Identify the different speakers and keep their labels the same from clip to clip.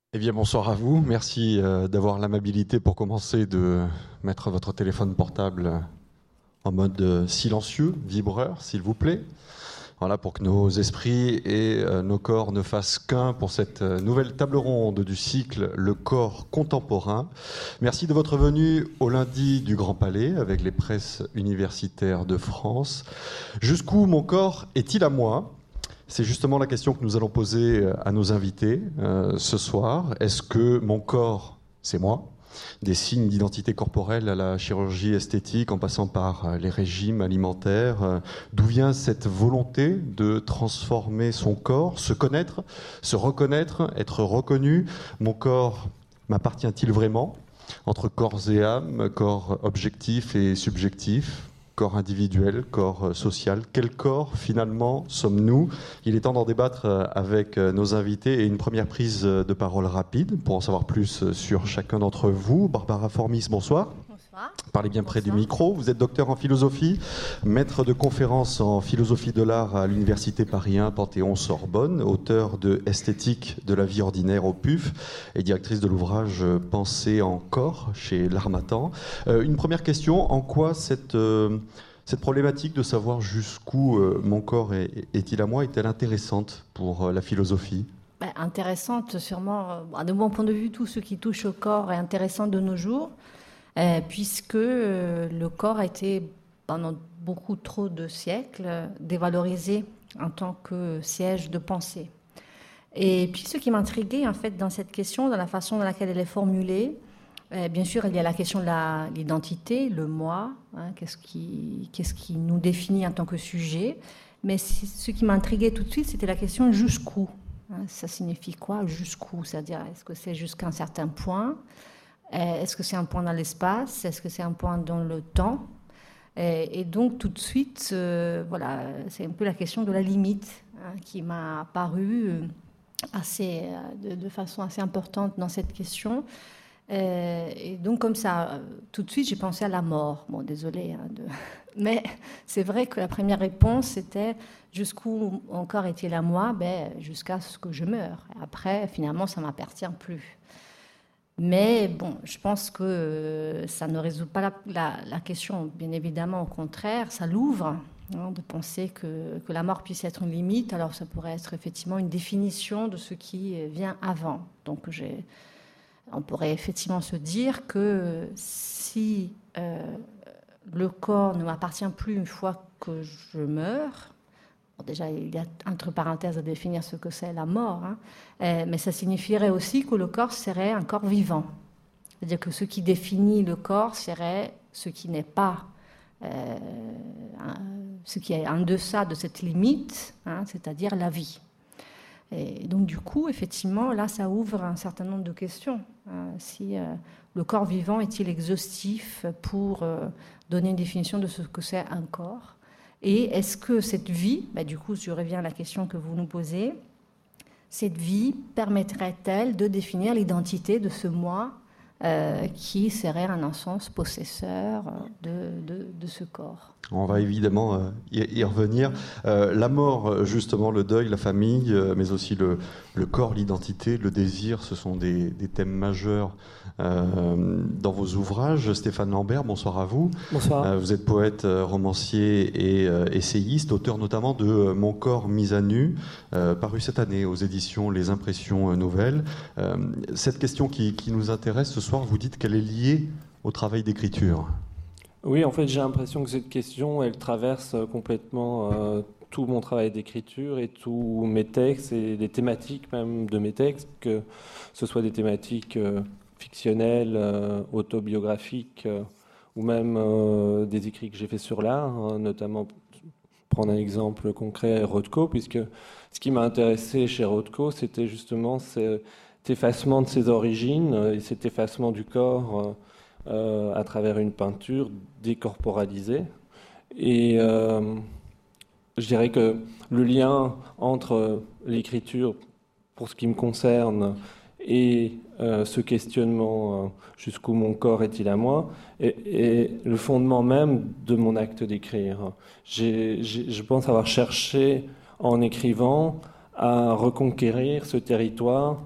Speaker 1: Eh bien, bonsoir à vous. Merci d'avoir l'amabilité pour commencer de mettre votre téléphone portable en mode silencieux, vibreur, s'il vous plaît. Voilà, pour que nos esprits et nos corps ne fassent qu'un pour cette nouvelle table ronde du cycle Le corps contemporain. Merci de votre venue au lundi du Grand Palais avec les presses universitaires de France. Jusqu'où mon corps est-il à moi ? C'est justement la question que nous allons poser à nos invités ce soir. Est-ce que mon corps, c'est moi ? Des signes d'identité corporelle à la chirurgie esthétique, en passant par les régimes alimentaires. D'où vient cette volonté de transformer son corps, se connaître, se reconnaître, être reconnu ? Mon corps m'appartient-il vraiment ? Entre corps et âme, corps objectif et subjectif, corps individuel, corps social. Quel corps, finalement, sommes-nous ? Il est temps d'en débattre avec nos invités et une première prise de parole rapide pour en savoir plus sur chacun d'entre vous. Barbara Formis, bonsoir.
Speaker 2: Bonsoir.
Speaker 1: Parlez bien près du micro. Vous êtes docteur en philosophie, maître de conférences en philosophie de l'art à l'Université Paris 1 Panthéon-Sorbonne, auteur de Esthétique de la vie ordinaire au PUF et directrice de l'ouvrage Penser en corps chez L'Harmattan. Une première question, en quoi cette problématique de savoir jusqu'où mon corps est-il à moi est-elle intéressante pour la philosophie ?
Speaker 2: Intéressante, sûrement. De mon point de vue, tout ce qui touche au corps est intéressant de nos jours, puisque le corps a été, pendant beaucoup trop de siècles, dévalorisé en tant que siège de pensée. Et puis ce qui m'intriguait, en fait, dans cette question, dans la façon dans laquelle elle est formulée, bien sûr, il y a la question de l'identité, le moi, hein, qu'est-ce qui nous définit en tant que sujet. Mais ce qui m'intriguait tout de suite, c'était la question jusqu'où. Ça signifie quoi, jusqu'où ? C'est-à-dire, est-ce que c'est jusqu'à un certain point ? Est-ce que c'est un point dans l'espace ? Est-ce que c'est un point dans le temps ? Et donc, tout de suite, voilà, c'est un peu la question de la limite qui m'a apparu de façon assez importante dans cette question. Et donc, comme ça, tout de suite, j'ai pensé à la mort. Bon, désolée. Mais c'est vrai que la première réponse, c'était jusqu'où encore est-il à moi ? Jusqu'à ce que je meure. Après, finalement, ça ne m'appartient plus. Mais bon, je pense que ça ne résout pas la question, bien évidemment, au contraire, ça l'ouvre, hein, de penser que la mort puisse être une limite. Alors, ça pourrait être effectivement une définition de ce qui vient avant. Donc, on pourrait effectivement se dire que si le corps ne m'appartient plus une fois que je meurs, bon, déjà il y a entre parenthèses à définir ce que c'est la mort, hein, mais ça signifierait aussi que le corps serait un corps vivant. C'est-à-dire que ce qui définit le corps serait ce qui n'est pas, ce qui est en deçà de cette limite, hein, c'est-à-dire la vie. Et donc du coup, effectivement, là, ça ouvre un certain nombre de questions. Si le corps vivant est-il exhaustif pour donner une définition de ce que c'est un corps ? Et est-ce que cette vie, du coup, je reviens à la question que vous nous posez, cette vie permettrait-elle de définir l'identité de ce moi qui serait en un sens possesseur de ce corps ?
Speaker 1: On va évidemment y revenir. La mort, justement, le deuil, la famille, mais aussi le corps, l'identité, le désir, ce sont des thèmes majeurs dans vos ouvrages. Stéphane Lambert, bonsoir à vous.
Speaker 3: Bonsoir.
Speaker 1: Vous êtes poète, romancier et essayiste, auteur notamment de Mon corps mis à nu, paru cette année aux éditions Les Impressions Nouvelles. Cette question qui nous intéresse ce soir, vous dites qu'elle est liée au travail d'écriture.
Speaker 3: Oui, en fait, j'ai l'impression que cette question, elle traverse complètement tout mon travail d'écriture et tous mes textes et les thématiques même de mes textes, que ce soit des thématiques fictionnelles, autobiographiques ou même des écrits que j'ai faits sur l'art, hein, notamment prendre un exemple concret, Rothko, puisque ce qui m'a intéressé chez Rothko, c'était justement cet effacement de ses origines et cet effacement du corps à travers une peinture décorporalisée. Et je dirais que le lien entre l'écriture, pour ce qui me concerne, et ce questionnement jusqu'où mon corps est-il à moi, est le fondement même de mon acte d'écrire. Je pense avoir cherché, en écrivant, à reconquérir ce territoire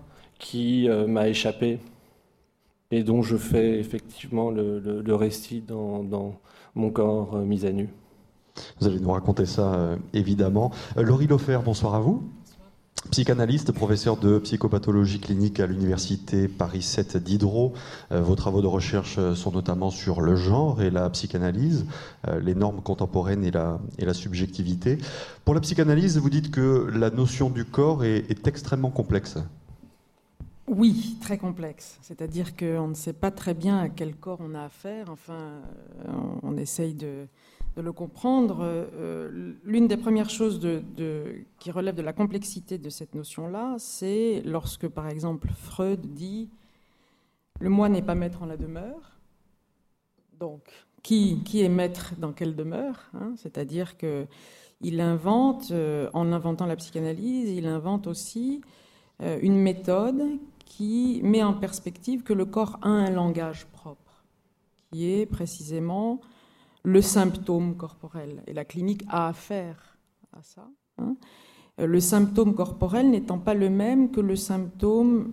Speaker 3: qui m'a échappé et dont je fais effectivement le récit dans mon corps mis à nu.
Speaker 1: Vous allez nous raconter ça, évidemment. Laurie Lofer, bonsoir à vous. Psychanalyste, professeur de psychopathologie clinique à l'université Paris 7 Diderot. Vos travaux de recherche sont notamment sur le genre et la psychanalyse, les normes contemporaines et la subjectivité. Pour la psychanalyse, vous dites que la notion du corps est extrêmement complexe.
Speaker 4: Oui, très complexe. C'est-à-dire qu'on ne sait pas très bien à quel corps on a affaire. Enfin, on essaye de le comprendre. L'une des premières choses qui relève de la complexité de cette notion-là, c'est lorsque, par exemple, Freud dit « le moi n'est pas maître en la demeure ». Donc, qui est maître dans quelle demeure, hein? C'est-à-dire qu'il invente, en inventant la psychanalyse, il invente aussi une méthode qui met en perspective que le corps a un langage propre, qui est précisément le symptôme corporel. Et la clinique a affaire à ça. Hein. Le symptôme corporel n'étant pas le même que le symptôme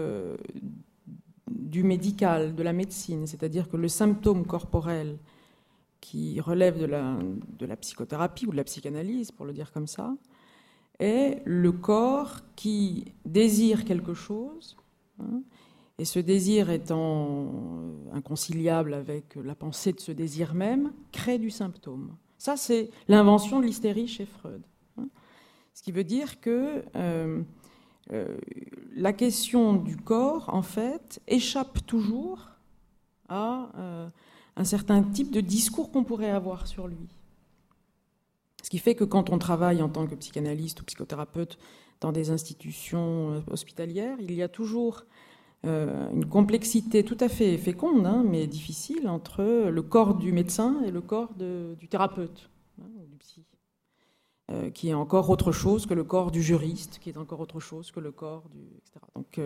Speaker 4: du médical, de la médecine. C'est-à-dire que le symptôme corporel qui relève de la psychothérapie ou de la psychanalyse, pour le dire comme ça, est le corps qui désire quelque chose, hein, et ce désir étant inconciliable avec la pensée de ce désir même, crée du symptôme. Ça, c'est l'invention de l'hystérie chez Freud. Hein. Ce qui veut dire que la question du corps, en fait, échappe toujours à un certain type de discours qu'on pourrait avoir sur lui. Ce qui fait que quand on travaille en tant que psychanalyste ou psychothérapeute dans des institutions hospitalières, il y a toujours une complexité tout à fait féconde, hein, mais difficile, entre le corps du médecin et le corps du thérapeute, hein, ou du psy, qui est encore autre chose que le corps du juriste, qui est encore autre chose que le corps du... etc. Donc,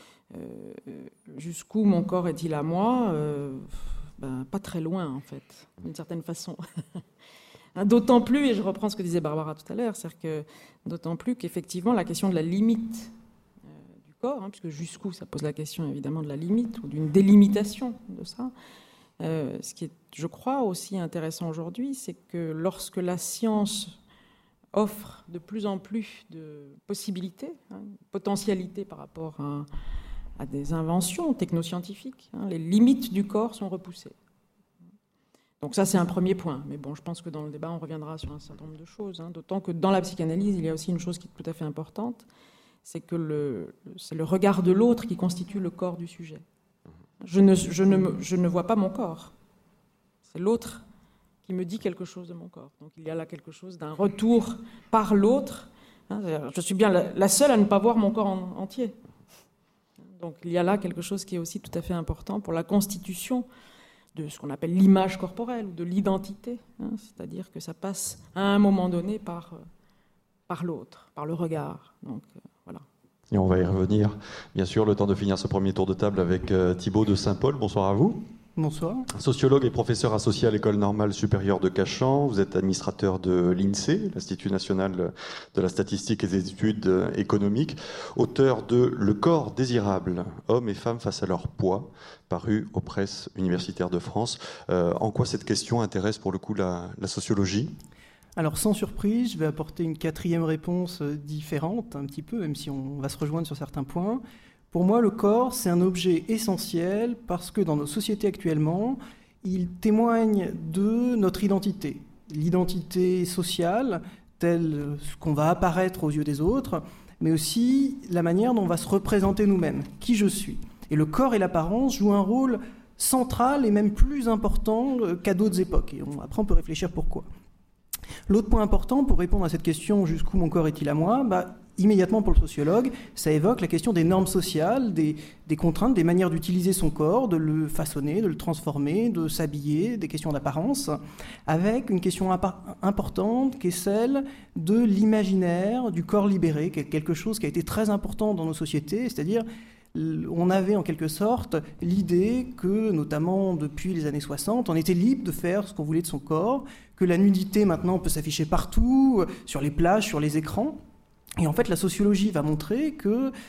Speaker 4: jusqu'où mon corps est-il à moi pas très loin, en fait, d'une certaine façon. D'autant plus, et je reprends ce que disait Barbara tout à l'heure, c'est-à-dire que d'autant plus qu'effectivement la question de la limite du corps, hein, puisque jusqu'où ça pose la question évidemment de la limite ou d'une délimitation de ça, ce qui est, je crois, aussi intéressant aujourd'hui, c'est que lorsque la science offre de plus en plus de possibilités, hein, potentialités par rapport à des inventions technoscientifiques, hein, les limites du corps sont repoussées. Donc ça, c'est un premier point. Mais bon, je pense que dans le débat, on reviendra sur un certain nombre de choses. Hein, d'autant que dans la psychanalyse, il y a aussi une chose qui est tout à fait importante, c'est que c'est le regard de l'autre qui constitue le corps du sujet. Je ne vois pas mon corps. C'est l'autre qui me dit quelque chose de mon corps. Donc il y a là quelque chose d'un retour par l'autre. Hein, je suis bien la seule à ne pas voir mon corps entier. Donc il y a là quelque chose qui est aussi tout à fait important pour la constitution de ce qu'on appelle l'image corporelle ou de l'identité, hein, c'est-à-dire que ça passe à un moment donné par l'autre, par le regard. Donc voilà.
Speaker 1: Et on va y revenir, bien sûr, le temps de finir ce premier tour de table avec Thibaut de Saint-Paul. Bonsoir à vous.
Speaker 5: Bonsoir.
Speaker 1: Sociologue et professeur associé à l'École normale supérieure de Cachan. Vous êtes administrateur de l'INSEE, l'Institut national de la statistique et des études économiques. Auteur de Le corps désirable, hommes et femmes face à leur poids, paru aux presses universitaires de France. En quoi cette question intéresse pour le coup la sociologie ?
Speaker 5: Alors sans surprise, je vais apporter une quatrième réponse différente, un petit peu, même si on va se rejoindre sur certains points. Pour moi, le corps, c'est un objet essentiel parce que dans nos sociétés actuellement, il témoigne de notre identité. L'identité sociale, telle qu'on va apparaître aux yeux des autres, mais aussi la manière dont on va se représenter nous-mêmes, qui je suis. Et le corps et l'apparence jouent un rôle central et même plus important qu'à d'autres époques. Et après, on peut réfléchir pourquoi. L'autre point important pour répondre à cette question « jusqu'où mon corps est-il à moi ?» immédiatement pour le sociologue, ça évoque la question des normes sociales, des contraintes, des manières d'utiliser son corps, de le façonner, de le transformer, de s'habiller, des questions d'apparence, avec une question importante qui est celle de l'imaginaire, du corps libéré, qui est quelque chose qui a été très important dans nos sociétés, c'est-à-dire on avait en quelque sorte l'idée que, notamment depuis les années 60, on était libre de faire ce qu'on voulait de son corps, que la nudité maintenant peut s'afficher partout, sur les plages, sur les écrans. Et en fait, la sociologie va montrer que,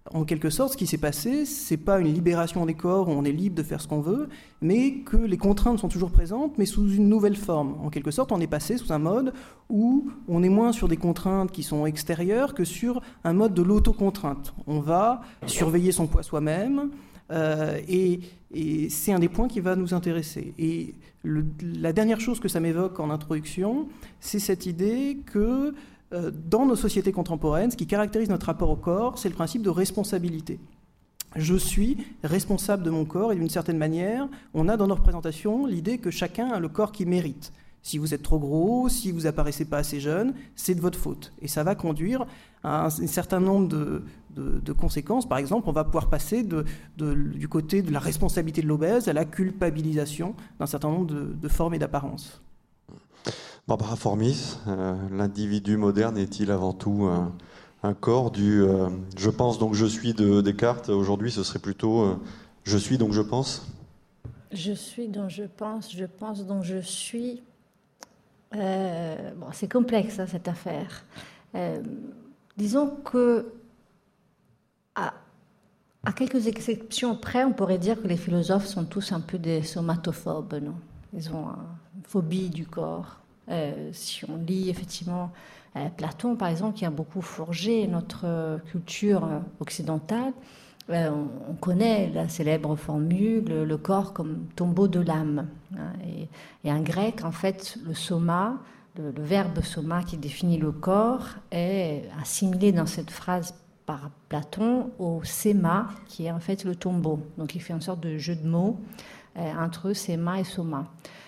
Speaker 5: En quelque sorte, ce qui s'est passé, c'est pas une libération des corps où on est libre de faire ce qu'on veut, mais que les contraintes sont toujours présentes, mais sous une nouvelle forme. En quelque sorte, on est passé sous un mode où on est moins sur des contraintes qui sont extérieures que sur un mode de l'autocontrainte. On va surveiller son poids soi-même, et c'est un des points qui va nous intéresser. Et la dernière chose que ça m'évoque en introduction, c'est cette idée que dans nos sociétés contemporaines, ce qui caractérise notre rapport au corps, c'est le principe de responsabilité. Je suis responsable de mon corps et d'une certaine manière, on a dans nos représentations l'idée que chacun a le corps qu'il mérite. Si vous êtes trop gros, si vous apparaissez pas assez jeune, c'est de votre faute. Et ça va conduire à un certain nombre de conséquences. Par exemple, on va pouvoir passer du côté de la responsabilité de l'obèse à la culpabilisation d'un certain nombre de formes et d'apparences.
Speaker 1: Barbara Formis, l'individu moderne est-il avant tout un corps du je pense donc je suis de Descartes? Aujourd'hui, ce serait plutôt je suis donc je pense?
Speaker 2: Je suis donc je pense donc je suis. C'est complexe, hein, cette affaire. Disons que, à quelques exceptions près, on pourrait dire que les philosophes sont tous un peu des somatophobes, non? Ils ont une phobie du corps. Si on lit effectivement Platon, par exemple, qui a beaucoup forgé notre culture occidentale, on connaît la célèbre formule, le corps comme tombeau de l'âme. Et en grec, en fait, le soma, le verbe soma qui définit le corps, est assimilé dans cette phrase par Platon au séma, qui est en fait le tombeau. Donc il fait une sorte de jeu de mots entre séma et soma.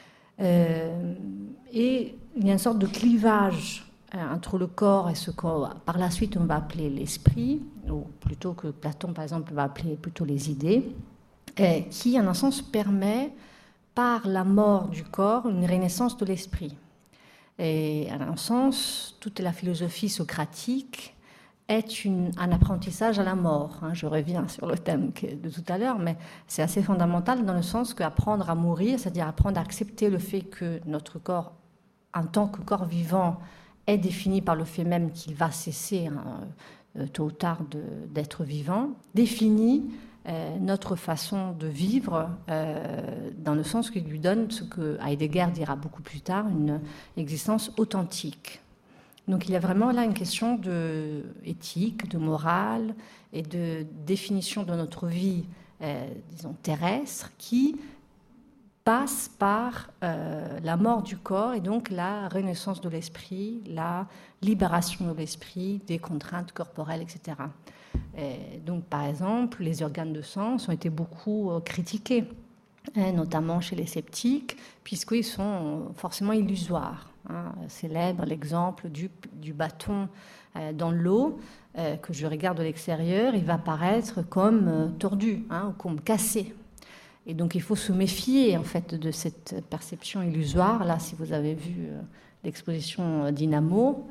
Speaker 2: Et il y a une sorte de clivage entre le corps et ce qu'on, par la suite, on va appeler l'esprit, ou plutôt que Platon, par exemple, va appeler plutôt les idées, qui, en un sens, permet, par la mort du corps, une renaissance de l'esprit. Et, en un sens, toute la philosophie socratique est un apprentissage à la mort. Je reviens sur le thème de tout à l'heure, mais c'est assez fondamental dans le sens qu'apprendre à mourir, c'est-à-dire apprendre à accepter le fait que notre corps, en tant que corps vivant, est défini par le fait même qu'il va cesser tôt ou tard d'être vivant, définit notre façon de vivre dans le sens qu'il lui donne ce que Heidegger dira beaucoup plus tard, une existence authentique. Donc il y a vraiment là une question d'éthique, de morale et de définition de notre vie, disons, terrestre, qui passe par la mort du corps et donc la renaissance de l'esprit, la libération de l'esprit des contraintes corporelles, etc. Et donc, par exemple, les organes de sens ont été beaucoup critiqués, notamment chez les sceptiques, puisqu'ils sont forcément illusoires. Célèbre l'exemple du bâton dans l'eau, que je regarde de l'extérieur, il va paraître comme tordu, ou comme cassé. Et donc il faut se méfier en fait de cette perception illusoire. Là, si vous avez vu l'exposition Dynamo,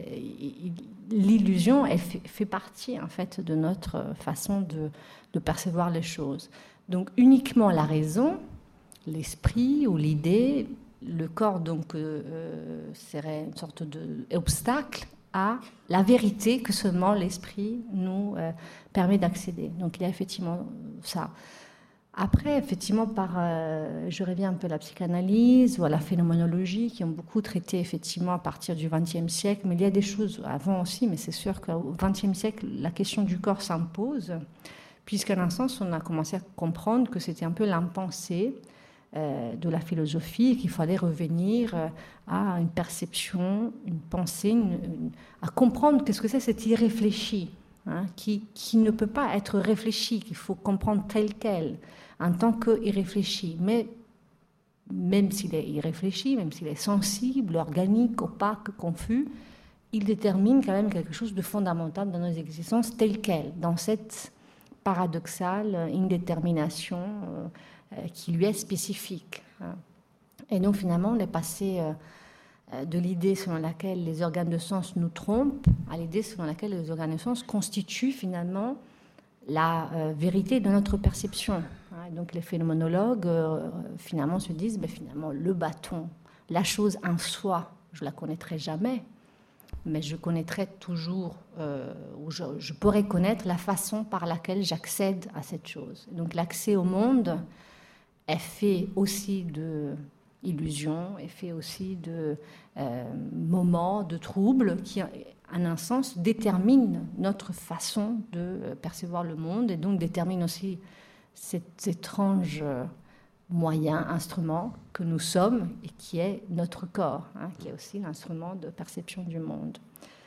Speaker 2: l'illusion elle fait partie en fait de notre façon de percevoir les choses. Donc uniquement la raison, l'esprit ou l'idée, le corps donc serait une sorte d'obstacle à la vérité que seulement l'esprit nous permet d'accéder. Donc il y a effectivement ça. Après, effectivement, je reviens un peu à la psychanalyse ou à la phénoménologie qui ont beaucoup traité effectivement à partir du XXe siècle, mais il y a des choses avant aussi, mais c'est sûr qu'au XXe siècle, la question du corps s'impose, puisqu'à un sens, on a commencé à comprendre que c'était un peu l'impensé de la philosophie et qu'il fallait revenir à une perception, une pensée, à comprendre qu'est-ce que c'est cet irréfléchi, qui ne peut pas être réfléchi, qu'il faut comprendre tel quel, en tant qu'irréfléchi. Mais même s'il est irréfléchi, même s'il est sensible, organique, opaque, confus, il détermine quand même quelque chose de fondamental dans nos existences telles quelles, dans cette paradoxale indétermination qui lui est spécifique. Et donc finalement, on est passé de l'idée selon laquelle les organes de sens nous trompent à l'idée selon laquelle les organes de sens constituent finalement la vérité de notre perception. Donc les phénoménologues finalement se disent finalement le bâton, la chose en soi, je la connaîtrai jamais, mais je connaîtrai toujours, ou je pourrai connaître la façon par laquelle j'accède à cette chose. Donc l'accès au monde est fait aussi de illusions, est fait aussi de moments de troubles qui, en un sens, déterminent notre façon de percevoir le monde et donc déterminent aussi cet étrange moyen, instrument que nous sommes et qui est notre corps, qui est aussi l'instrument de perception du monde.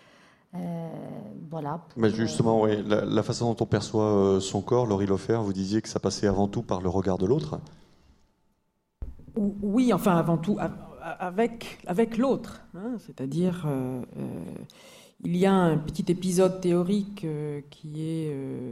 Speaker 2: Voilà.
Speaker 1: Mais justement, oui, la façon dont on perçoit son corps, Laurie Lofer, vous disiez que ça passait avant tout par le regard de l'autre.
Speaker 4: Oui, enfin avant tout avec l'autre, c'est-à-dire il y a un petit épisode théorique qui est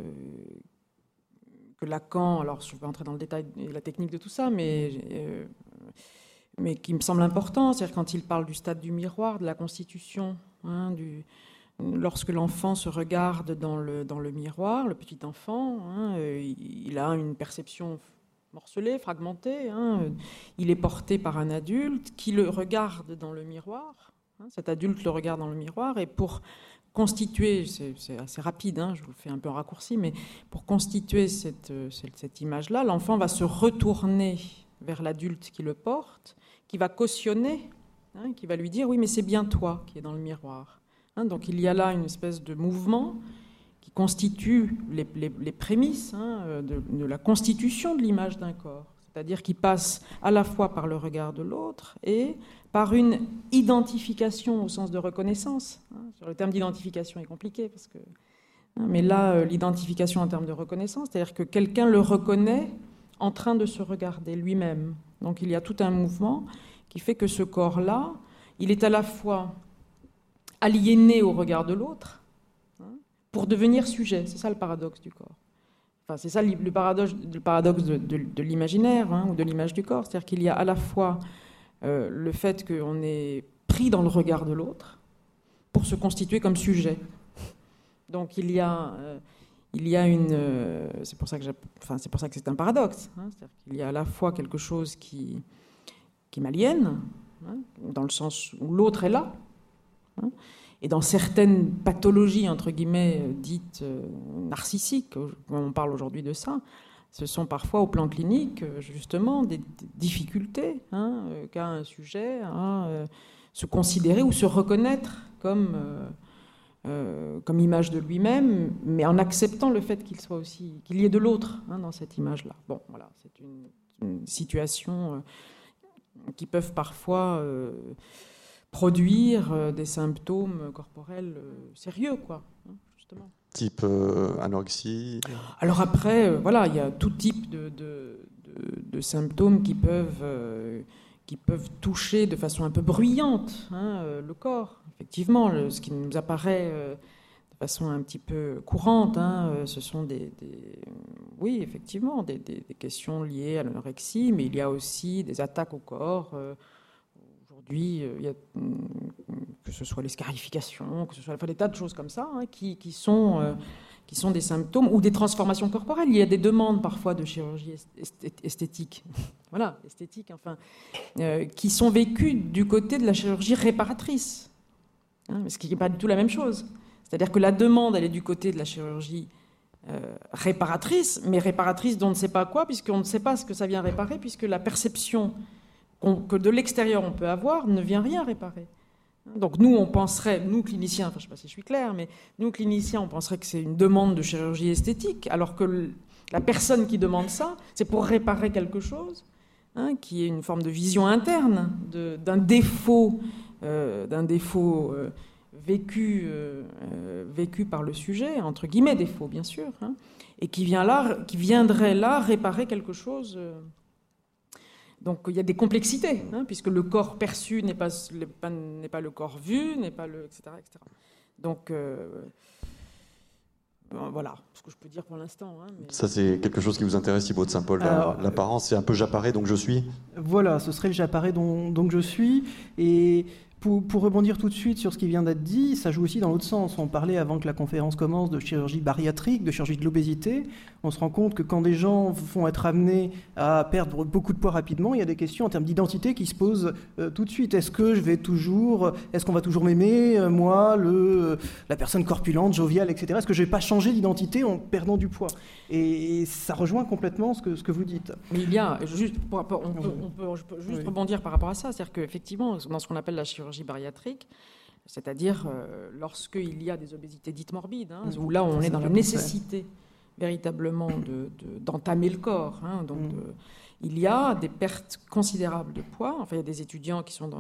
Speaker 4: que Lacan, alors je ne vais pas entrer dans le détail et la technique de tout ça, mais qui me semble important, c'est-à-dire quand il parle du stade du miroir, de la constitution, lorsque l'enfant se regarde dans le miroir, le petit enfant, il a une perception morcelée, fragmentée, il est porté par un adulte qui le regarde dans le miroir, cet adulte le regarde dans le miroir, et pour constituer, c'est assez rapide, je vous le fais un peu en raccourci, mais pour constituer cette image-là, l'enfant va se retourner vers l'adulte qui le porte, qui va cautionner, qui va lui dire « oui, mais c'est bien toi qui es dans le miroir ». Donc il y a là une espèce de mouvement qui constitue les prémices de la constitution de l'image d'un corps, c'est-à-dire qui passe à la fois par le regard de l'autre et par une identification au sens de reconnaissance. Sur le terme d'identification est compliqué, mais là, l'identification en termes de reconnaissance, c'est-à-dire que quelqu'un le reconnaît en train de se regarder lui-même. Donc il y a tout un mouvement qui fait que ce corps-là, il est à la fois aliéné au regard de l'autre pour devenir sujet. C'est ça le paradoxe du corps. Enfin, c'est ça le paradoxe de l'imaginaire ou de l'image du corps. C'est-à-dire qu'il y a à la fois le fait qu'on est pris dans le regard de l'autre pour se constituer comme sujet. Donc il y a une... c'est pour ça que c'est un paradoxe. C'est-à-dire qu'il y a à la fois quelque chose qui m'aliène, dans le sens où l'autre est là, et dans certaines pathologies, entre guillemets, dites narcissiques, on parle aujourd'hui de ça, ce sont parfois au plan clinique, justement, des difficultés qu'a un sujet à se considérer ou se reconnaître comme image de lui-même, mais en acceptant le fait qu'il y ait de l'autre dans cette image-là. Bon, voilà, c'est une situation qui peuvent parfois produire des symptômes corporels sérieux, quoi, justement.
Speaker 1: Type anorexie.
Speaker 4: Alors après, voilà, il y a tout type de symptômes qui peuvent toucher de façon un peu bruyante le corps. Effectivement, ce qui nous apparaît de façon un petit peu courante, ce sont oui, effectivement, des questions liées à l'anorexie, mais il y a aussi des attaques au corps. Aujourd'hui, que ce soit les scarifications, que ce soit des tas de choses comme ça, qui sont des symptômes ou des transformations corporelles. Il y a des demandes parfois de chirurgie esthétique, voilà, esthétique, enfin, qui sont vécues du côté de la chirurgie réparatrice, ce qui n'est pas du tout la même chose. C'est-à-dire que la demande, elle est du côté de la chirurgie réparatrice, mais réparatrice dont on ne sait pas quoi, puisqu'on ne sait pas ce que ça vient réparer, puisque la perception que de l'extérieur on peut avoir ne vient rien réparer. Donc nous, on penserait, nous cliniciens, enfin je ne sais pas si je suis claire, mais nous cliniciens, on penserait que c'est une demande de chirurgie esthétique, alors que la personne qui demande ça, c'est pour réparer quelque chose, qui est une forme de vision interne d'un défaut vécu par le sujet, entre guillemets défaut bien sûr, et qui viendrait là réparer quelque chose. Donc il y a des complexités, puisque le corps perçu n'est pas le corps vu, n'est pas le, etc., etc. Donc voilà ce que je peux dire pour l'instant. Mais...
Speaker 1: Ça c'est quelque chose qui vous intéresse, Thibaut de Saint-Paul. L'apparence, c'est un peu j'apparais donc je suis.
Speaker 5: Voilà, ce serait le j'apparais donc je suis. Et Pour rebondir tout de suite sur ce qui vient d'être dit, ça joue aussi dans l'autre sens. On parlait avant que la conférence commence de chirurgie bariatrique, de chirurgie de l'obésité. On se rend compte que quand des gens vont être amenés à perdre beaucoup de poids rapidement, il y a des questions en termes d'identité qui se posent tout de suite. Est-ce qu'on va toujours m'aimer, moi, la personne corpulente, joviale, etc. Est-ce que je ne vais pas changer d'identité en perdant du poids? Et ça rejoint complètement ce que vous dites.
Speaker 4: Mais il y a, je peux juste rebondir par rapport à ça, c'est-à-dire qu'effectivement, dans ce qu'on appelle la chirurgie bariatrique, c'est-à-dire lorsqu'il y a des obésités dites morbides, où là on est dans la nécessité véritablement d'entamer le corps. Il y a des pertes considérables de poids. Enfin, il y a des étudiants qui sont dans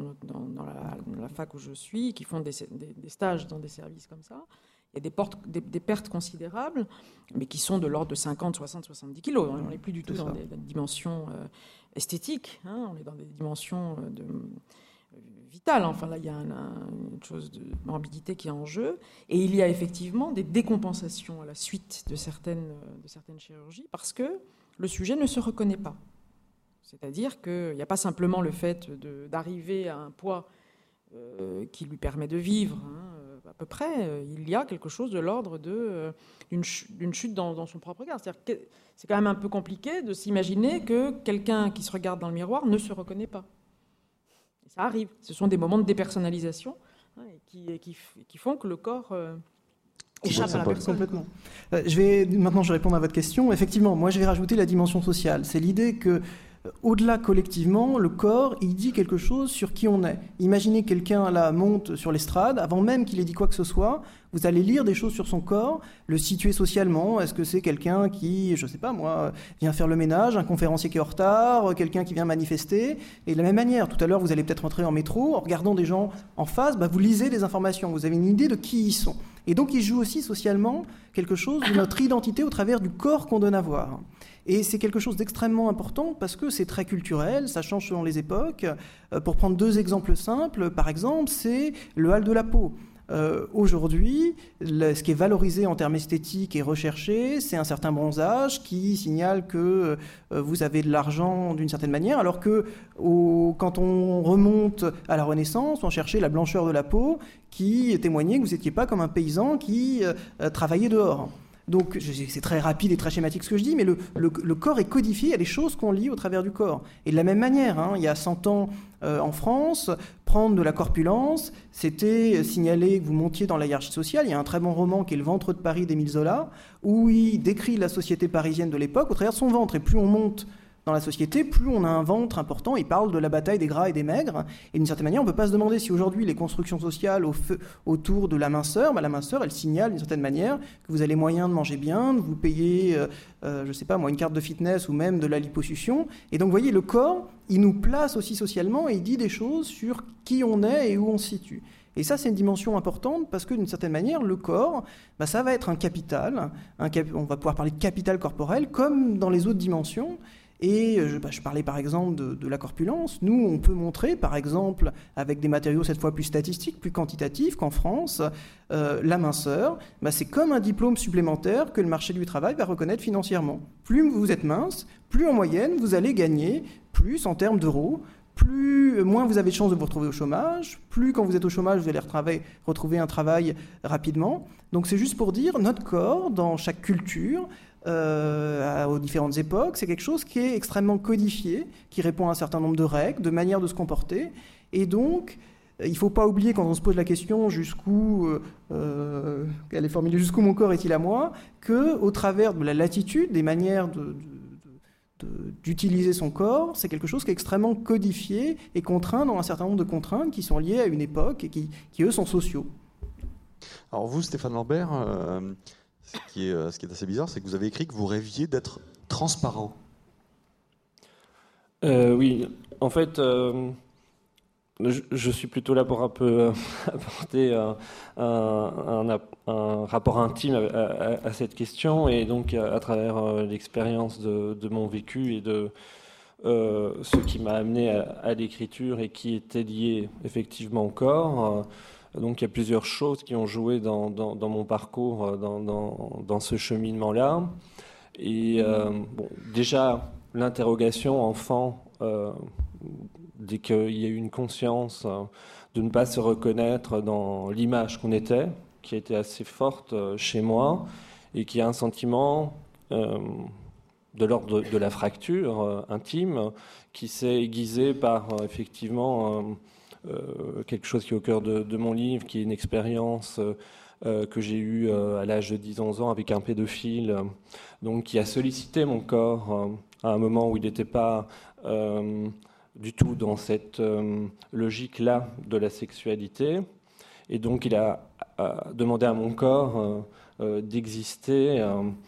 Speaker 4: la fac où je suis, qui font des stages dans des services comme ça. Il y a des pertes considérables, mais qui sont de l'ordre de 50, 60, 70 kilos. On n'est plus du tout dans des dimensions esthétiques, on est dans des dimensions vitales. Enfin, là, il y a une chose de morbidité qui est en jeu. Et il y a effectivement des décompensations à la suite de certaines chirurgies, parce que le sujet ne se reconnaît pas. C'est-à-dire qu'il n'y a pas simplement le fait d'arriver à un poids qui lui permet de vivre, à peu près. Il y a quelque chose de l'ordre d'une chute dans son propre regard. C'est-à-dire que c'est quand même un peu compliqué de s'imaginer que quelqu'un qui se regarde dans le miroir ne se reconnaît pas. Et ça arrive. Ce sont des moments de dépersonnalisation qui font que le corps échappe à la personne.
Speaker 5: Complètement. Je vais répondre à votre question. Effectivement, moi je vais rajouter la dimension sociale. C'est l'idée que au-delà, collectivement, le corps, il dit quelque chose sur qui on est. Imaginez quelqu'un là monte sur l'estrade, avant même qu'il ait dit quoi que ce soit, vous allez lire des choses sur son corps, le situer socialement. Est-ce que c'est quelqu'un qui, je sais pas moi, vient faire le ménage, un conférencier qui est en retard, quelqu'un qui vient manifester? Et de la même manière, tout à l'heure, vous allez peut-être entrer en métro, en regardant des gens en face, vous lisez des informations, vous avez une idée de qui ils sont. Et donc, il joue aussi socialement quelque chose de notre identité au travers du corps qu'on donne à voir. Et c'est quelque chose d'extrêmement important parce que c'est très culturel, ça change selon les époques. Pour prendre 2 exemples simples, par exemple, c'est le hâle de la peau. Aujourd'hui, ce qui est valorisé en termes esthétiques et recherché, c'est un certain bronzage qui signale que vous avez de l'argent d'une certaine manière, alors que quand on remonte à la Renaissance, on cherchait la blancheur de la peau qui témoignait que vous n'étiez pas comme un paysan qui travaillait dehors. Donc, c'est très rapide et très schématique ce que je dis, mais le corps est codifié, il y a des choses qu'on lit au travers du corps. Et de la même manière, il y a 100 ans en France, prendre de la corpulence, c'était signaler que vous montiez dans la hiérarchie sociale. Il y a un très bon roman qui est Le ventre de Paris d'Émile Zola, où il décrit la société parisienne de l'époque au travers de son ventre. Et plus on monte dans la société, plus on a un ventre important. Il parle de la bataille des gras et des maigres. Et d'une certaine manière, on ne peut pas se demander si aujourd'hui les constructions sociales autour de la minceur, la minceur, elle signale d'une certaine manière que vous avez moyen de manger bien, de vous payer, je ne sais pas moi, une carte de fitness ou même de la liposuction. Et donc, vous voyez, le corps, il nous place aussi socialement et il dit des choses sur qui on est et où on se situe. Et ça, c'est une dimension importante parce que d'une certaine manière, le corps, ça va être un capital. On va pouvoir parler de capital corporel comme dans les autres dimensions. Et je parlais par exemple de la corpulence. Nous, on peut montrer par exemple, avec des matériaux cette fois plus statistiques, plus quantitatifs, qu'en France, la minceur, c'est comme un diplôme supplémentaire que le marché du travail va reconnaître financièrement. Plus vous êtes mince, plus en moyenne vous allez gagner plus en termes d'euros, moins vous avez de chances de vous retrouver au chômage, plus quand vous êtes au chômage vous allez retrouver un travail rapidement. Donc c'est juste pour dire, notre corps, dans chaque culture, aux différentes époques, c'est quelque chose qui est extrêmement codifié, qui répond à un certain nombre de règles, de manières de se comporter. Et donc, il ne faut pas oublier, quand on se pose la question elle est formulée, jusqu'où mon corps est-il à moi, qu'au travers de la latitude, des manières d'utiliser son corps, c'est quelque chose qui est extrêmement codifié et contraint dans un certain nombre de contraintes qui sont liées à une époque et qui eux, sont sociaux.
Speaker 1: Alors vous, Stéphane Lambert, ce qui est assez bizarre, c'est que vous avez écrit que vous rêviez d'être transparent.
Speaker 3: Oui, en fait, je suis plutôt là pour un peu apporter un rapport intime à cette question, et donc à travers l'expérience de mon vécu et de ce qui m'a amené à l'écriture et qui était lié effectivement au corps. Donc il y a plusieurs choses qui ont joué dans mon parcours, dans ce cheminement-là. Et déjà, l'interrogation enfant dès qu'il y a eu une conscience de ne pas se reconnaître dans l'image qu'on était, qui a été assez forte chez moi, et qui a un sentiment de l'ordre de la fracture intime, qui s'est aiguisé par effectivement quelque chose qui est au cœur de mon livre, qui est une expérience que j'ai eue à l'âge de 10-11 ans avec un pédophile, donc qui a sollicité mon corps à un moment où il n'était pas du tout dans cette logique-là de la sexualité. Et donc il a demandé à mon corps d'exister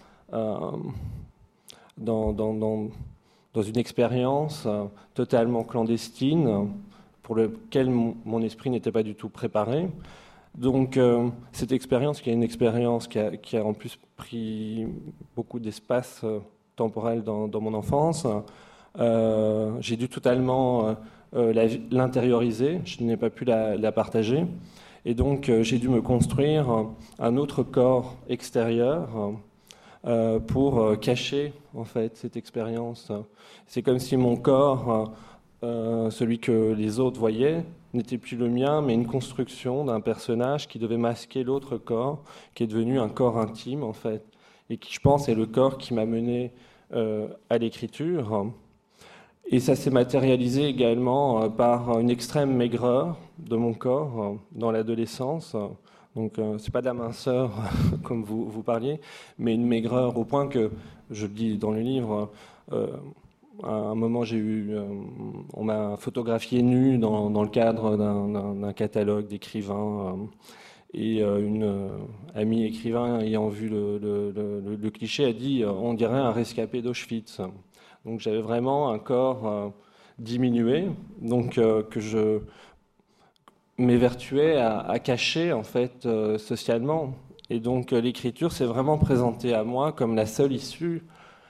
Speaker 3: dans une expérience totalement clandestine pour laquelle mon esprit n'était pas du tout préparé. Donc cette expérience, qui est une expérience qui a en plus pris beaucoup d'espace temporel dans mon enfance, j'ai dû totalement l'intérioriser, je n'ai pas pu la partager. Et donc j'ai dû me construire un autre corps extérieur pour cacher en fait cette expérience. C'est comme si mon corps, celui que les autres voyaient, n'était plus le mien, mais une construction d'un personnage qui devait masquer l'autre corps, qui est devenu un corps intime en fait, et qui, je pense, est le corps qui m'a mené à l'écriture. Et ça s'est matérialisé également par une extrême maigreur de mon corps dans l'adolescence. Donc c'est pas de la minceur comme vous parliez, mais une maigreur au point que, je le dis dans le livre, à un moment on m'a photographié nu dans le cadre d'un catalogue d'écrivains. Et une amie écrivain ayant vu le cliché a dit on dirait un rescapé d'Auschwitz. Donc j'avais vraiment un corps diminué, donc que je m'évertuais à cacher en fait socialement. Et donc l'écriture s'est vraiment présentée à moi comme la seule issue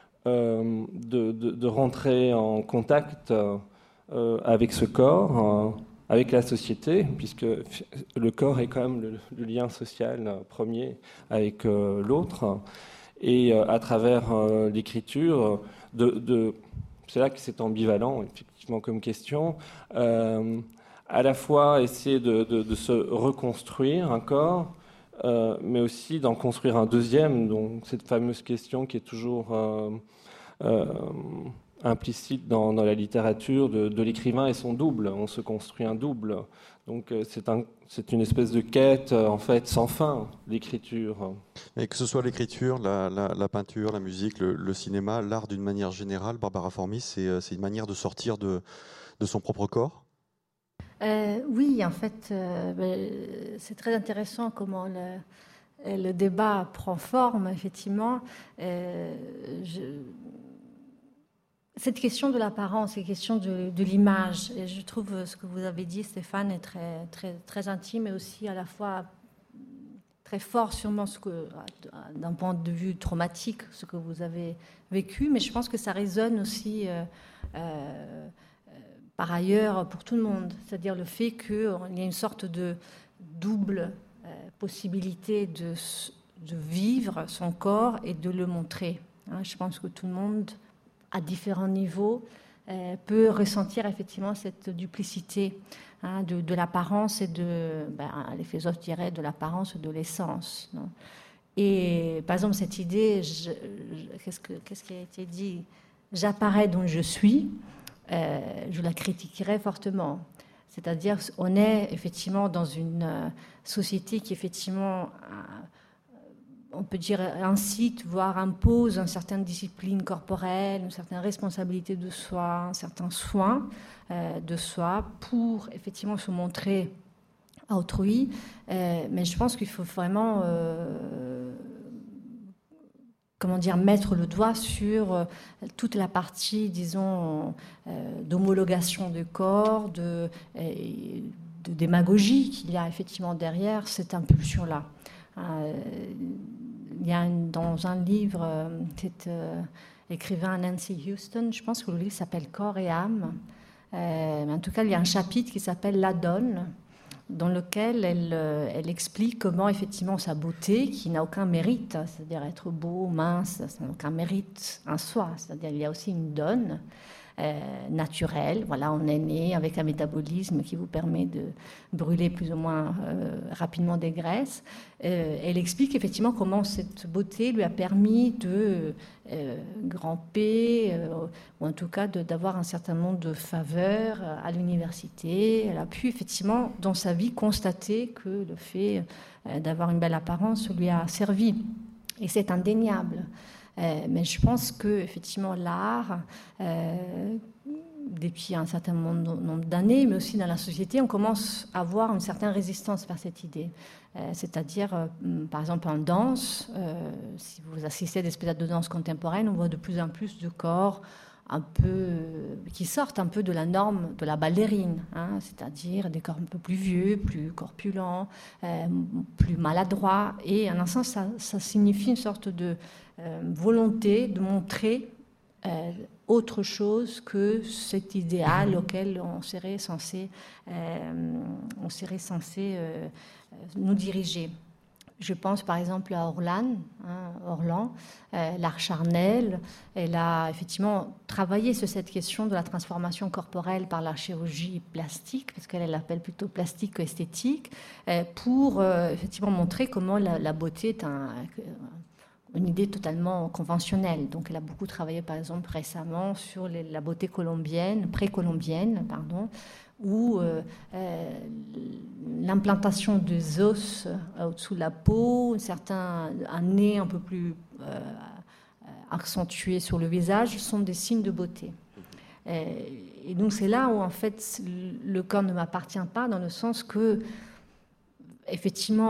Speaker 3: de rentrer en contact avec ce corps, avec la société, puisque le corps est quand même le lien social premier avec l'autre. Et à travers l'écriture, c'est là que c'est ambivalent, effectivement, comme question, à la fois essayer de se reconstruire un corps, mais aussi d'en construire un deuxième, donc cette fameuse question qui est toujours implicite dans la littérature de l'écrivain et son double. On se construit un double. Donc c'est une espèce de quête en fait sans fin, l'écriture.
Speaker 1: Et que ce soit l'écriture, la peinture, la musique, le cinéma, l'art d'une manière générale, Barbara Formis, c'est une manière de sortir de son propre corps.
Speaker 2: Oui, en fait, c'est très intéressant comment le débat prend forme, effectivement. Cette question de l'apparence, cette question de l'image, et je trouve ce que vous avez dit, Stéphane, est très, très, très intime et aussi à la fois très fort, sûrement d'un point de vue traumatique, ce que vous avez vécu, mais je pense que ça résonne aussi par ailleurs pour tout le monde, c'est-à-dire le fait qu'il y a une sorte de double possibilité de vivre son corps et de le montrer. Je pense que tout le monde, à différents niveaux, peut ressentir effectivement cette duplicité de l'apparence et les philosophes diraient de l'apparence et de l'essence. Non ? Et par exemple, cette idée, qu'est-ce qui a été dit ? J'apparais donc je suis, je la critiquerais fortement. C'est-à-dire, on est effectivement dans une société qui effectivement, on peut dire, incite, voire impose une certaine discipline corporelle, une certaine responsabilité de soi, un certain soin de soi pour effectivement se montrer à autrui. Mais je pense qu'il faut vraiment mettre le doigt sur toute la partie, disons, d'homologation du corps, de démagogie qu'il y a effectivement derrière cette impulsion-là. Il y a dans un livre, cet écrivain Nancy Houston, je pense que le livre s'appelle Corps et âme. En tout cas, il y a un chapitre qui s'appelle La Donne, dans lequel elle explique comment effectivement sa beauté, qui n'a aucun mérite, c'est-à-dire être beau, mince, ça n'a aucun mérite en soi, c'est-à-dire il y a aussi une donne, naturel. Voilà, on est né avec un métabolisme qui vous permet de brûler plus ou moins rapidement des graisses. Elle explique effectivement comment cette beauté lui a permis de grimper, ou en tout cas d'avoir un certain nombre de faveurs à l'université. Elle a pu effectivement dans sa vie constater que le fait d'avoir une belle apparence lui a servi. Et c'est indéniable. Mais je pense que effectivement l'art, depuis un certain nombre d'années, mais aussi dans la société, on commence à avoir une certaine résistance vers cette idée. C'est-à-dire, par exemple, en danse, si vous assistez à des spectacles de danse contemporaine, on voit de plus en plus de corps un peu, qui sortent un peu de la norme de la ballerine, hein, c'est-à-dire des corps un peu plus vieux, plus corpulents, plus maladroits. Et en un sens, ça signifie une sorte de volonté de montrer autre chose que cet idéal auquel on serait censé nous diriger. Je pense par exemple à Orlan, l'art charnel. Elle a effectivement travaillé sur cette question de la transformation corporelle par la chirurgie plastique, parce qu'elle l'appelle plutôt plastique qu'esthétique, pour effectivement montrer comment la beauté est une idée totalement conventionnelle. Donc elle a beaucoup travaillé par exemple récemment sur la beauté précolombienne, où l'implantation des os au-dessous de la peau, un nez un peu plus accentué sur le visage, sont des signes de beauté. Et donc c'est là où en fait le corps ne m'appartient pas, dans le sens que effectivement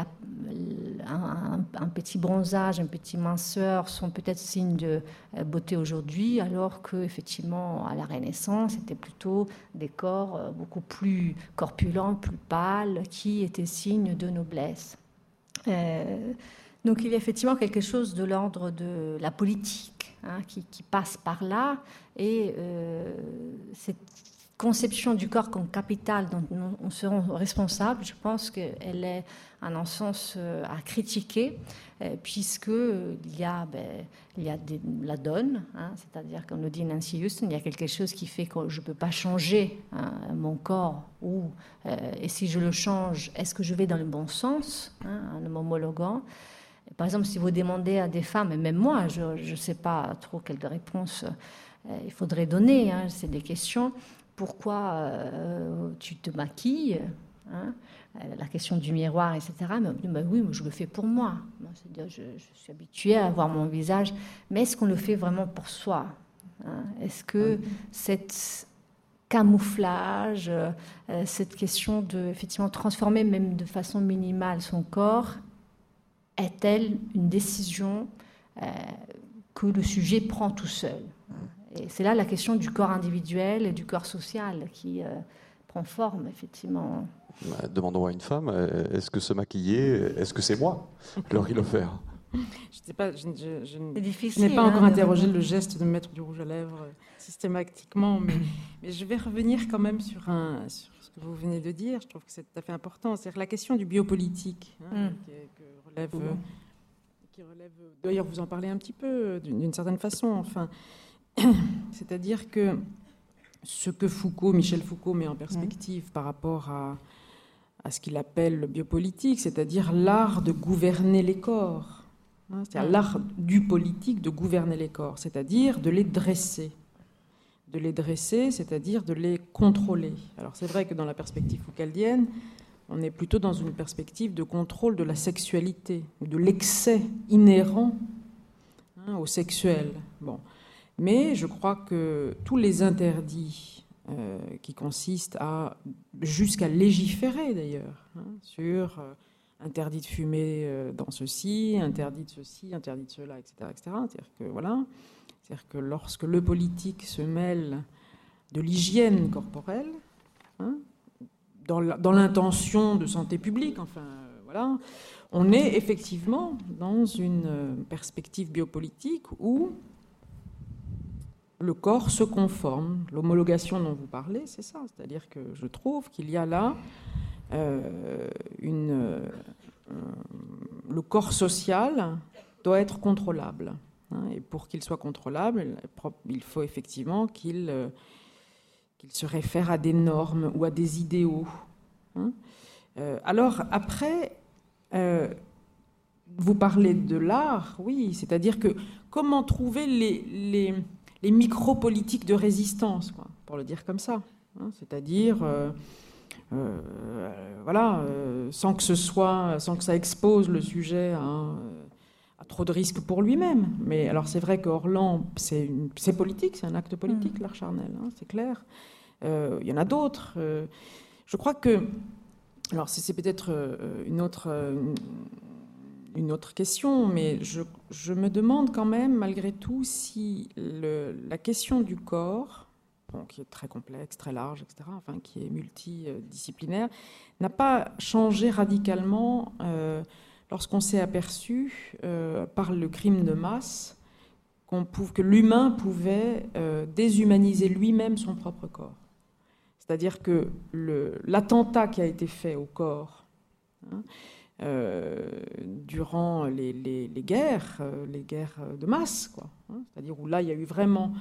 Speaker 2: un petit bronzage, une petite minceur sont peut-être signes de beauté aujourd'hui, alors que effectivement à la Renaissance c'était plutôt des corps beaucoup plus corpulents, plus pâles, qui étaient signes de noblesse. Donc il y a effectivement quelque chose de l'ordre de la politique, hein, qui passe par là, et cette conception du corps comme capital dont nous serons responsables, je pense qu'elle est en un sens à critiquer, puisqu'il y a la donne, hein, c'est-à-dire, comme le dit Nancy Houston, il y a quelque chose qui fait que je ne peux pas changer mon corps, et si je le change, est-ce que je vais dans le bon sens, hein, en m'homologuant. Par exemple, si vous demandez à des femmes, et même moi, je ne sais pas trop quelle réponse il faudrait donner, hein, c'est des questions. Pourquoi tu te maquilles, hein, la question du miroir, etc. Mais oui, moi, je le fais pour moi. C'est-à-dire, je suis habituée à voir mon visage. Mais est-ce qu'on le fait vraiment pour soi, hein? Est-ce que cette camouflage, cette question de effectivement transformer même de façon minimale son corps, est-elle une décision que le sujet prend tout seul? Et c'est là la question du corps individuel et du corps social qui prend forme, effectivement.
Speaker 1: Demandons à une femme, est-ce que se maquiller, est-ce que c'est moi, Laurie Lofer?
Speaker 4: Je sais pas, je
Speaker 2: difficile,
Speaker 4: n'ai pas encore interrogé le geste de me mettre du rouge à lèvres systématiquement, mais je vais revenir quand même sur ce que vous venez de dire. Je trouve que c'est tout à fait important. C'est-à-dire la question du biopolitique, hein, qui relève. D'ailleurs, vous en parlez un petit peu, d'une certaine façon. Enfin, c'est-à-dire que ce que Michel Foucault met en perspective par rapport à ce qu'il appelle le biopolitique, c'est-à-dire l'art de gouverner les corps, hein, c'est-à-dire l'art du politique de gouverner les corps, c'est-à-dire de les dresser. De les dresser, c'est-à-dire de les contrôler. Alors c'est vrai que dans la perspective foucaldienne, on est plutôt dans une perspective de contrôle de la sexualité, de l'excès inhérent, hein, au sexuel. Bon. Mais je crois que tous les interdits qui consistent jusqu'à légiférer d'ailleurs, hein, sur interdit de fumer dans ceci, interdit de ceci, interdit de cela, etc. C'est-à-dire que lorsque le politique se mêle de l'hygiène corporelle, hein, dans l'intention de santé publique, enfin voilà, on est effectivement dans une perspective biopolitique où le corps se conforme. L'homologation dont vous parlez, c'est ça. C'est-à-dire que je trouve qu'il y a là le corps social doit être contrôlable. Et pour qu'il soit contrôlable, il faut effectivement qu'il se réfère à des normes ou à des idéaux. Alors après, vous parlez de l'art, oui, c'est-à-dire que comment trouver les micro-politiques de résistance, quoi, pour le dire comme ça, c'est-à-dire sans que ça expose le sujet à trop de risques pour lui-même. Mais alors c'est vrai qu'Orlan, c'est politique, c'est un acte politique, l'art charnel, c'est clair. Il y en a d'autres. Je crois que, alors c'est peut-être une autre question, mais je me demande quand même, malgré tout, si la question du corps, qui est très complexe, très large, etc., qui est multidisciplinaire, n'a pas changé radicalement lorsqu'on s'est aperçu, par le crime de masse, que l'humain pouvait déshumaniser lui-même son propre corps. C'est-à-dire que l'attentat qui a été fait au corps durant les guerres de masse, quoi, c'est-à-dire où là il y a eu vraiment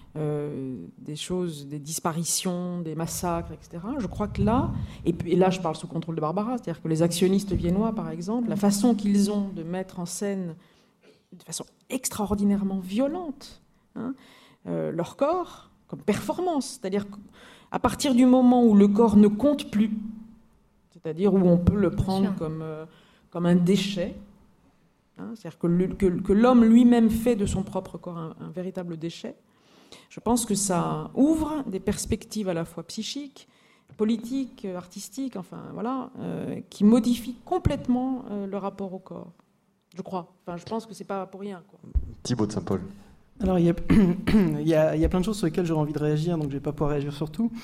Speaker 4: des disparitions, des massacres, etc. Je crois que là, et là je parle sous contrôle de Barbara, c'est-à-dire que les actionnistes viennois, par exemple, la façon qu'ils ont de mettre en scène de façon extraordinairement violente leur corps comme performance, c'est-à-dire à partir du moment où le corps ne compte plus, c'est-à-dire où on peut le prendre comme un déchet, c'est-à-dire que l'homme lui-même fait de son propre corps un véritable déchet, je pense que ça ouvre des perspectives à la fois psychiques, politiques, artistiques, qui modifient complètement le rapport au corps. Je crois. Je pense que c'est pas pour rien, quoi.
Speaker 1: Thibaut de Saint-Paul.
Speaker 5: Alors, il y a plein de choses sur lesquelles j'aurais envie de réagir, donc je ne vais pas pouvoir réagir sur tout.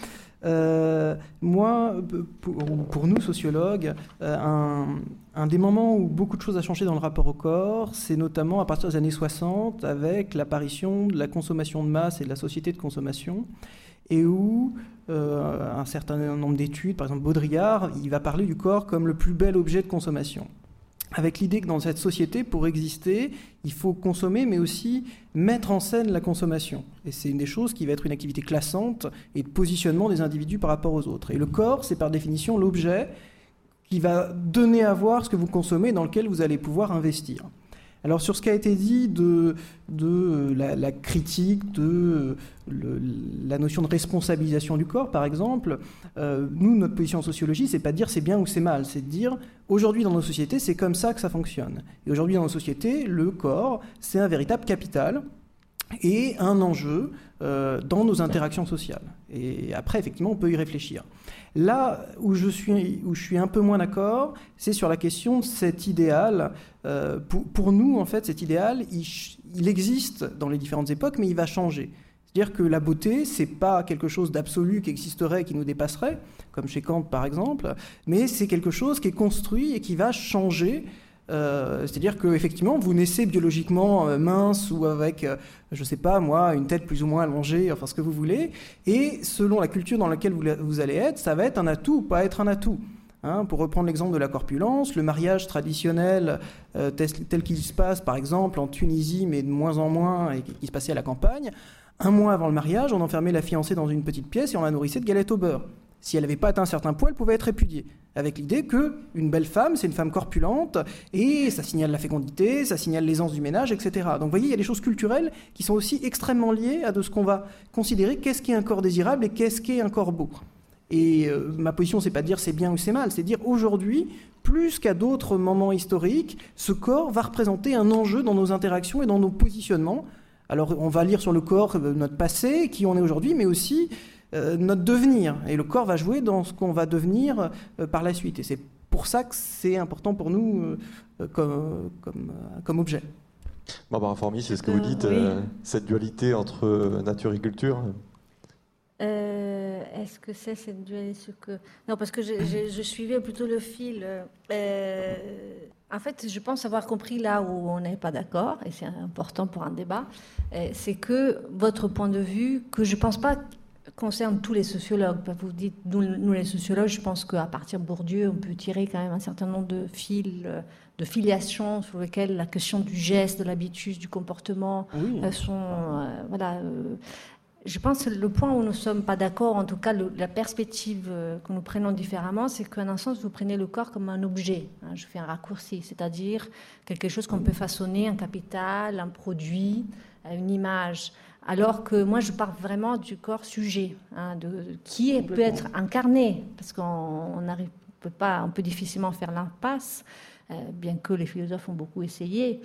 Speaker 5: Moi, pour nous, sociologues, un des moments où beaucoup de choses ont changé dans le rapport au corps, c'est notamment à partir des années 60, avec l'apparition de la consommation de masse et de la société de consommation, et où un certain nombre d'études, par exemple Baudrillard, il va parler du corps comme le plus bel objet de consommation. Avec l'idée que dans cette société, pour exister, il faut consommer, mais aussi mettre en scène la consommation. Et c'est une des choses qui va être une activité classante et de positionnement des individus par rapport aux autres. Et le corps, c'est par définition l'objet qui va donner à voir ce que vous consommez, dans lequel vous allez pouvoir investir. Alors sur ce qui a été dit de la critique de la notion de responsabilisation du corps, par exemple, nous, notre position en sociologie, c'est pas de dire c'est bien ou c'est mal, c'est de dire aujourd'hui dans nos sociétés, c'est comme ça que ça fonctionne. Et aujourd'hui dans nos sociétés, le corps, c'est un véritable capital et un enjeu dans nos interactions sociales. Et après, effectivement, on peut y réfléchir. Là où je suis un peu moins d'accord, c'est sur la question de cet idéal. Pour nous, en fait, cet idéal, il existe dans les différentes époques, mais il va changer. C'est-à-dire que la beauté, c'est pas quelque chose d'absolu qui existerait, qui nous dépasserait, comme chez Kant par exemple, mais c'est quelque chose qui est construit et qui va changer. C'est-à-dire qu'effectivement, vous naissez biologiquement mince ou avec, je sais pas moi, une tête plus ou moins allongée, enfin ce que vous voulez, et selon la culture dans laquelle vous allez être, ça va être un atout ou pas être un atout. Pour reprendre l'exemple de la corpulence, le mariage traditionnel tel qu'il se passe par exemple en Tunisie, mais de moins en moins, et qui se passait à la campagne, un mois avant le mariage, on enfermait la fiancée dans une petite pièce et on la nourrissait de galettes au beurre. Si elle n'avait pas atteint un certain poids, elle pouvait être répudiée. Avec l'idée qu'une belle femme, c'est une femme corpulente, et ça signale la fécondité, ça signale l'aisance du ménage, etc. Donc vous voyez, il y a des choses culturelles qui sont aussi extrêmement liées à de ce qu'on va considérer qu'est-ce qui est un corps désirable et qu'est-ce qui est un corps beau. Et ma position, c'est pas de dire c'est bien ou c'est mal, c'est de dire aujourd'hui, plus qu'à d'autres moments historiques, ce corps va représenter un enjeu dans nos interactions et dans nos positionnements. Alors on va lire sur le corps notre passé, qui on est aujourd'hui, mais aussi notre devenir. Et le corps va jouer dans ce qu'on va devenir par la suite. Et c'est pour ça que c'est important pour nous comme objet.
Speaker 1: Barbara Formy, c'est ce que vous dites, oui. Cette dualité entre nature et culture.
Speaker 2: Est-ce que c'est cette dualité Non, parce que je suivais plutôt le fil. En fait, je pense avoir compris là où on n'est pas d'accord, et c'est important pour un débat, c'est que votre point de vue, que je ne pense pas concerne tous les sociologues. Vous dites, nous les sociologues, je pense qu'à partir de Bourdieu, on peut tirer quand même un certain nombre de fils, de filiations sur lesquelles la question du geste, de l'habitus, du comportement sont... je pense que le point où nous ne sommes pas d'accord, en tout cas la perspective que nous prenons différemment, c'est qu'en un sens, vous prenez le corps comme un objet. Je fais un raccourci, c'est-à-dire quelque chose qu'on peut façonner, un capital, un produit, une image. Alors que moi, je parle vraiment du corps sujet, qui peut être incarné, parce qu'on peut difficilement faire l'impasse, bien que les philosophes ont beaucoup essayé.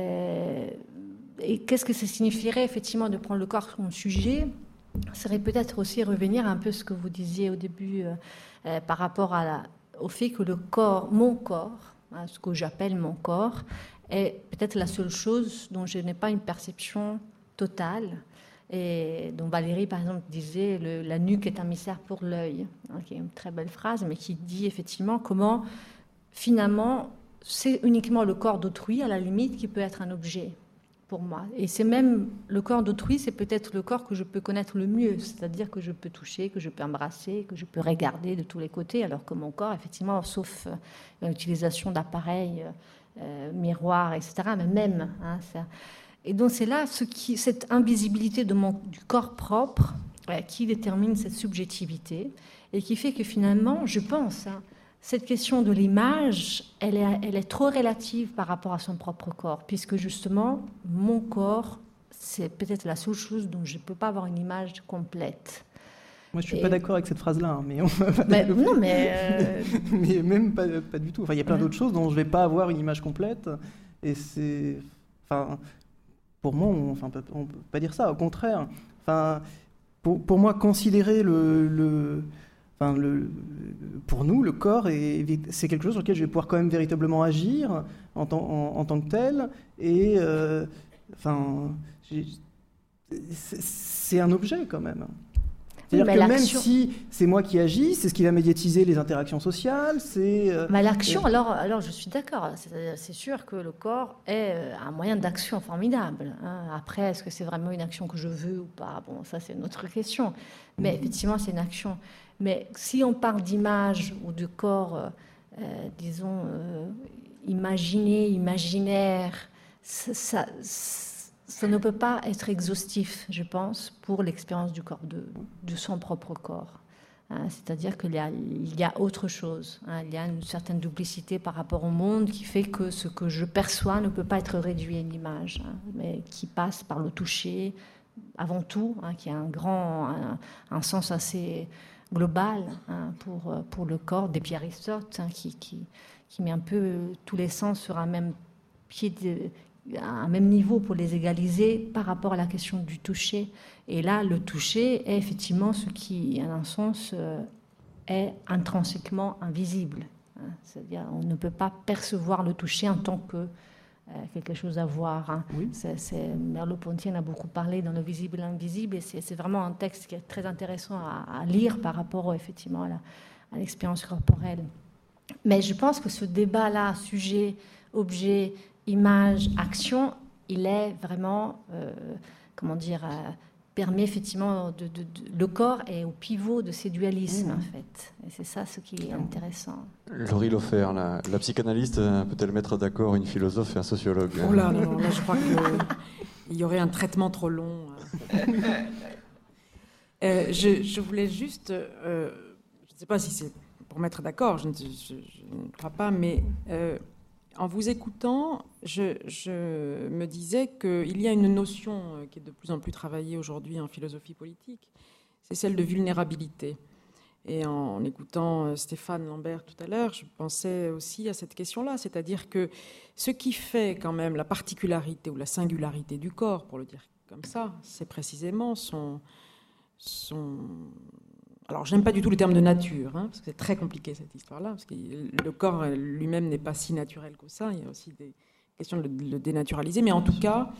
Speaker 2: Et qu'est-ce que ça signifierait effectivement de prendre le corps comme sujet? Ce serait peut-être aussi revenir un peu à ce que vous disiez au début par rapport au fait que le corps, mon corps, ce que j'appelle mon corps, est peut-être la seule chose dont je n'ai pas une perception totale. Et dont Valérie, par exemple, disait la nuque est un mystère pour l'œil, qui est une très belle phrase, mais qui dit effectivement comment, finalement, c'est uniquement le corps d'autrui, à la limite, qui peut être un objet pour moi. Et c'est même le corps d'autrui, c'est peut-être le corps que je peux connaître le mieux, c'est-à-dire que je peux toucher, que je peux embrasser, que je peux regarder de tous les côtés, alors que mon corps, effectivement, sauf l'utilisation d'appareils, miroirs, etc., mais même, ça... Et donc c'est là cette invisibilité du corps propre qui détermine cette subjectivité et qui fait que finalement, je pense, cette question de l'image, elle est trop relative par rapport à son propre corps, puisque justement, mon corps, c'est peut-être la seule chose dont je ne peux pas avoir une image complète.
Speaker 5: Moi, je ne suis pas d'accord avec cette phrase-là, mais
Speaker 2: non, mais
Speaker 5: mais même pas du tout. Enfin, il y a plein d'autres choses dont je ne vais pas avoir une image complète, et c'est... Enfin, pour moi, on ne peut pas dire ça, au contraire. Enfin, pour moi, considérer pour nous, le corps, c'est quelque chose sur lequel je vais pouvoir quand même véritablement agir en tant que tel. Et c'est un objet quand même. C'est-à-dire que même si c'est moi qui agis, c'est ce qui va médiatiser les interactions sociales.
Speaker 2: L'action, alors je suis d'accord. C'est sûr que le corps est un moyen d'action formidable. Après, est-ce que c'est vraiment une action que je veux ou pas? Bon, ça c'est une autre question. Mais effectivement, c'est une action. Mais si on parle d'image ou de corps, disons, imaginaire, ça ne peut pas être exhaustif, je pense, pour l'expérience du corps, de son propre corps. C'est-à-dire qu'il y a autre chose. Il y a une certaine duplicité par rapport au monde qui fait que ce que je perçois ne peut pas être réduit à une image, mais qui passe par le toucher, avant tout, qui a un sens assez global pour le corps, depuis Aristote, qui met un peu tous les sens sur un même pied à un même niveau pour les égaliser par rapport à la question du toucher. Et là, le toucher est effectivement ce qui, en un sens, est intrinsèquement invisible. C'est-à-dire, on ne peut pas percevoir le toucher en tant que quelque chose à voir.
Speaker 5: Oui.
Speaker 2: Merleau-Ponty en a beaucoup parlé dans Le visible et l'invisible, et c'est vraiment un texte qui est très intéressant à lire par rapport, effectivement, à l'expérience corporelle. Mais je pense que ce débat-là, sujet, objet, image, action, il est vraiment, permet effectivement le corps est au pivot de ces dualismes, en fait. Et c'est ça ce qui est intéressant.
Speaker 1: Laurie Lofer, la psychanalyste, peut-elle mettre d'accord une philosophe et un sociologue?
Speaker 4: Oh là, non, là, je crois qu'il y aurait un traitement trop long. Je voulais juste, je ne sais pas si c'est pour mettre d'accord, je ne crois pas, mais en vous écoutant, je me disais qu'il y a une notion qui est de plus en plus travaillée aujourd'hui en philosophie politique, c'est celle de vulnérabilité. Et en écoutant Stéphane Lambert tout à l'heure, je pensais aussi à cette question-là, c'est-à-dire que ce qui fait quand même la particularité ou la singularité du corps, pour le dire comme ça, c'est précisément son... Alors, je n'aime pas du tout le terme de nature, parce que c'est très compliqué cette histoire-là, parce que le corps lui-même n'est pas si naturel que ça. Il y a aussi des questions de le dénaturaliser, mais en tout cas,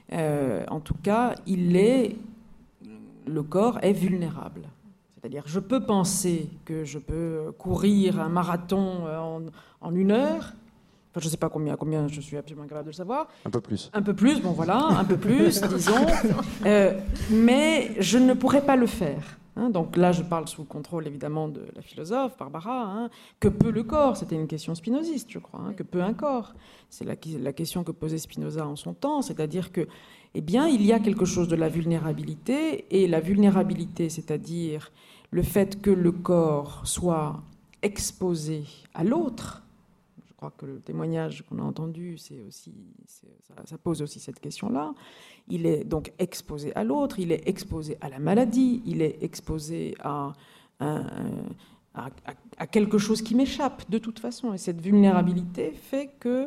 Speaker 4: le corps est vulnérable. C'est-à-dire, je peux penser que je peux courir un marathon en 1 heure. Enfin, je ne sais pas combien je suis absolument capable de le savoir.
Speaker 1: Un peu plus.
Speaker 4: Un peu plus, bon voilà, un peu plus, disons. Mais je ne pourrais pas le faire. Donc là, je parle sous le contrôle, évidemment, de la philosophe, Barbara. Que peut le corps ? C'était une question spinoziste, je crois. Que peut un corps ? C'est la question que posait Spinoza en son temps, c'est-à-dire que, eh bien, il y a quelque chose de la vulnérabilité, et la vulnérabilité, c'est-à-dire le fait que le corps soit exposé à l'autre. Je crois que le témoignage qu'on a entendu, ça pose aussi cette question-là. Il est donc exposé à l'autre, il est exposé à la maladie, il est exposé à quelque chose qui m'échappe de toute façon. Et cette vulnérabilité fait que,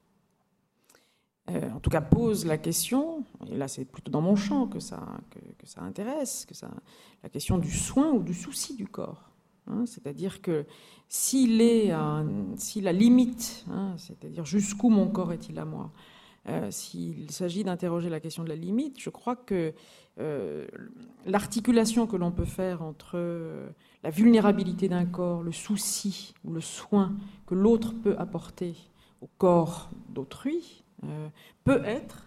Speaker 4: en tout cas pose la question, et là c'est plutôt dans mon champ que ça intéresse, la question du soin ou du souci du corps. C'est-à-dire que si la limite, c'est-à-dire jusqu'où mon corps est-il à moi, s'il s'agit d'interroger la question de la limite, je crois que l'articulation que l'on peut faire entre la vulnérabilité d'un corps, le souci ou le soin que l'autre peut apporter au corps d'autrui peut être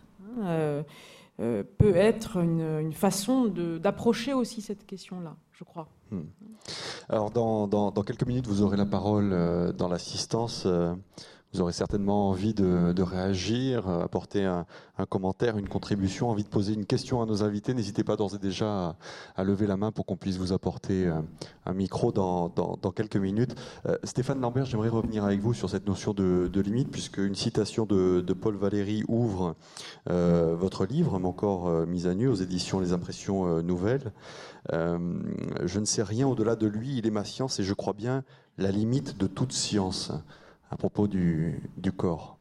Speaker 4: une façon d'approcher aussi cette question-là, je crois.
Speaker 1: Alors, dans quelques minutes, vous aurez la parole dans l'assistance. Vous aurez certainement envie de réagir, apporter un commentaire, une contribution, envie de poser une question à nos invités. N'hésitez pas d'ores et déjà à lever la main pour qu'on puisse vous apporter un micro dans quelques minutes. Stéphane Lambert, j'aimerais revenir avec vous sur cette notion de limite, puisque une citation de Paul Valéry ouvre votre livre, Mon corps mis à nu, aux éditions Les Impressions Nouvelles. Je ne sais rien au-delà de lui, il est ma science et je crois bien la limite de toute science. À propos du corps.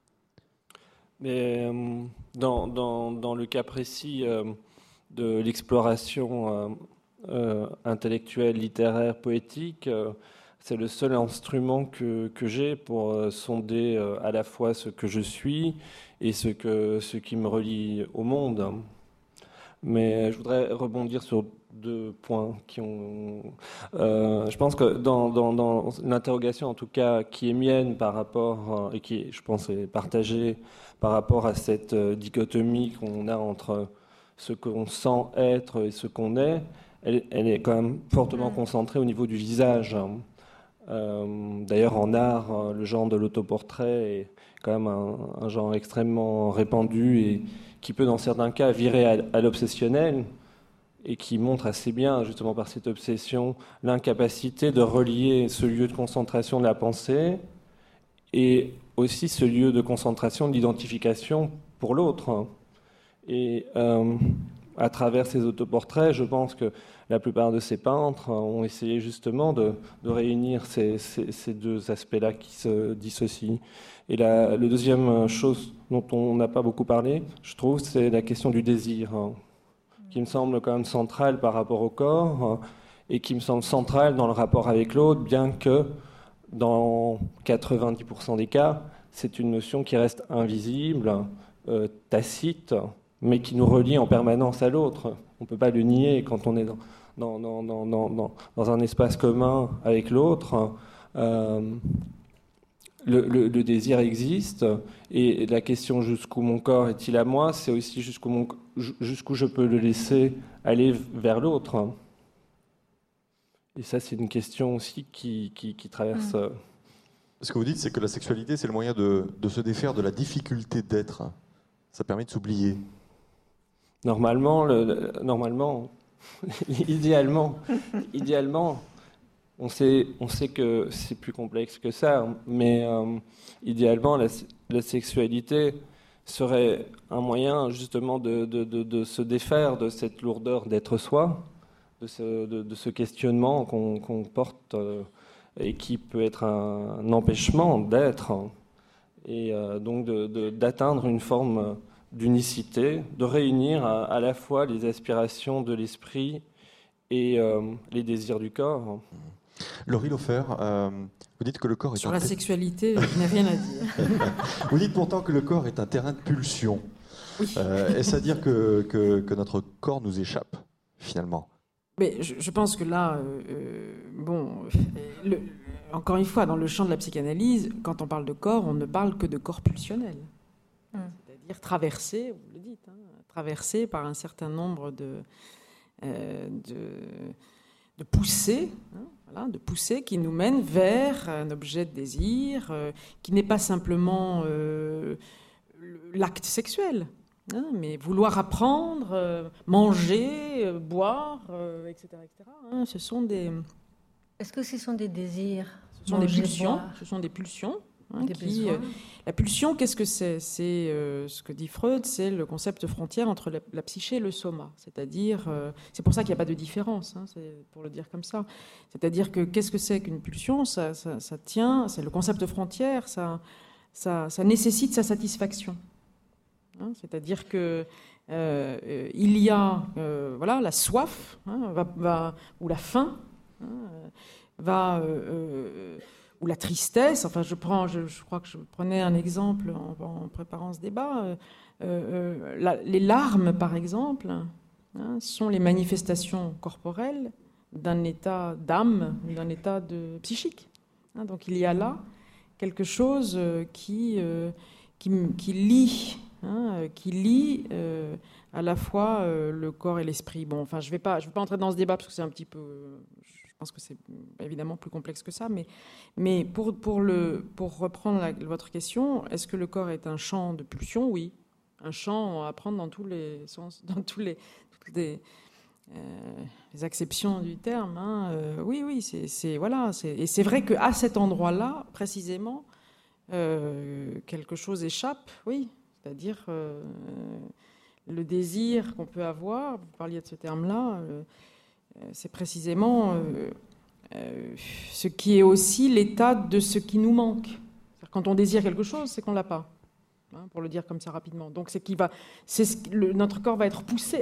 Speaker 3: Mais dans le cas précis de l'exploration intellectuelle, littéraire, poétique, c'est le seul instrument que j'ai pour sonder à la fois ce que je suis et ce qui me relie au monde. Mais je voudrais rebondir sur 2 points qui ont... je pense que dans l'interrogation, en tout cas, qui est mienne par rapport, et qui, je pense, est partagée par rapport à cette dichotomie qu'on a entre ce qu'on sent être et ce qu'on est, elle est quand même fortement concentrée au niveau du visage. D'ailleurs, en art, le genre de l'autoportrait est quand même un genre extrêmement répandu et qui peut, dans certains cas, virer à l'obsessionnel, et qui montre assez bien, justement par cette obsession, l'incapacité de relier ce lieu de concentration de la pensée et aussi ce lieu de concentration de l'identification pour l'autre. Et à travers ces autoportraits, je pense que la plupart de ces peintres ont essayé justement de réunir ces 2 aspects-là qui se dissocient. Et la deuxième chose dont on n'a pas beaucoup parlé, je trouve, c'est la question du désir, qui me semble quand même centrale par rapport au corps et qui me semble centrale dans le rapport avec l'autre, bien que dans 90% des cas, c'est une notion qui reste invisible, tacite, mais qui nous relie en permanence à l'autre. On ne peut pas le nier quand on est dans un espace commun avec l'autre. Le désir existe, et la question jusqu'où mon corps est-il à moi, c'est aussi jusqu'où je peux le laisser aller vers l'autre. Et ça, c'est une question aussi qui traverse...
Speaker 1: Ce que vous dites, c'est que la sexualité, c'est le moyen de se défaire de la difficulté d'être. Ça permet de s'oublier.
Speaker 3: Normalement, idéalement, on sait que c'est plus complexe que ça, mais idéalement, la sexualité serait un moyen justement de se défaire de cette lourdeur d'être soi, de ce questionnement qu'on porte et qui peut être un empêchement d'être, et donc d'atteindre une forme d'unicité, de réunir à la fois les aspirations de l'esprit et les désirs du corps.
Speaker 1: Laurie Laufer, vous dites que le corps est
Speaker 4: sur la sexualité, je n'ai rien à dire.
Speaker 1: Vous dites pourtant que le corps est un terrain de pulsion.
Speaker 4: Oui.
Speaker 1: Est-ce à dire que notre corps nous échappe, finalement?
Speaker 4: Mais je pense que là, encore une fois, dans le champ de la psychanalyse, quand on parle de corps, on ne parle que de corps pulsionnel. C'est-à-dire traversé, vous le dites, traversé par un certain nombre de poussée, voilà, de poussée qui nous mène vers un objet de désir qui n'est pas simplement l'acte sexuel, mais vouloir apprendre, manger, boire, etc. Ce sont des...
Speaker 2: Est-ce que ce sont des désirs?
Speaker 4: Ce sont des pulsions. Ce sont des pulsions. La pulsion, qu'est-ce que c'est? C'est ce que dit Freud, c'est le concept frontière entre la psyché et le soma. C'est-à-dire, c'est pour ça qu'il n'y a pas de différence, c'est pour le dire comme ça. C'est-à-dire que qu'est-ce que c'est qu'une pulsion? Ça tient, c'est le concept frontière, ça nécessite sa satisfaction. C'est-à-dire que il y a voilà, la soif ou la faim ou la tristesse. Enfin, je crois que je prenais un exemple en préparant ce débat. Les larmes, par exemple, sont les manifestations corporelles d'un état d'âme, d'un état psychique. Donc il y a là quelque chose qui lie à la fois le corps et l'esprit. Bon, enfin, je vais pas entrer dans ce débat parce que c'est un petit peu... Je pense que c'est évidemment plus complexe que ça, mais pour reprendre votre question, est-ce que le corps est un champ de pulsion? Oui, un champ à prendre dans tous les sens, dans toutes les acceptions du terme. Oui, voilà. Et c'est vrai qu'à cet endroit-là, précisément, quelque chose échappe, oui. C'est-à-dire le désir qu'on peut avoir, vous parliez de ce terme-là, c'est précisément ce qui est aussi l'état de ce qui nous manque. Quand on désire quelque chose, c'est qu'on ne l'a pas, pour le dire comme ça rapidement. Donc notre corps va être poussé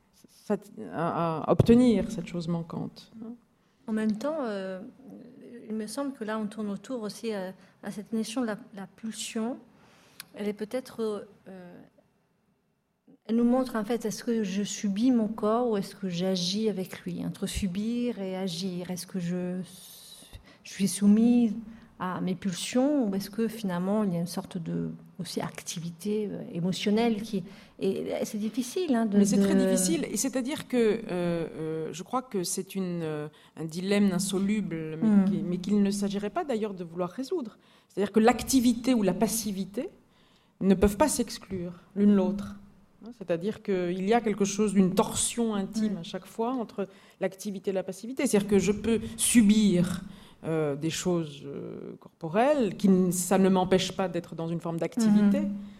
Speaker 4: à obtenir cette chose manquante.
Speaker 2: En même temps, il me semble que là, on tourne autour aussi à cette notion de la pulsion. Elle est peut-être... elle nous montre, en fait, est-ce que je subis mon corps ou est-ce que j'agis avec lui? Entre subir et agir, est-ce que je suis soumise à mes pulsions ou est-ce que, finalement, il y a une sorte de aussi activité émotionnelle qui... Et c'est difficile.
Speaker 4: Mais c'est très difficile. Et c'est-à-dire que je crois que c'est un dilemme insoluble, mais qu'il ne s'agirait pas, d'ailleurs, de vouloir résoudre. C'est-à-dire que l'activité ou la passivité ne peuvent pas s'exclure l'une l'autre. C'est-à-dire qu'il y a quelque chose d'une torsion intime à chaque fois entre l'activité et la passivité. C'est-à-dire que je peux subir des choses corporelles, ça ne m'empêche pas d'être dans une forme d'activité,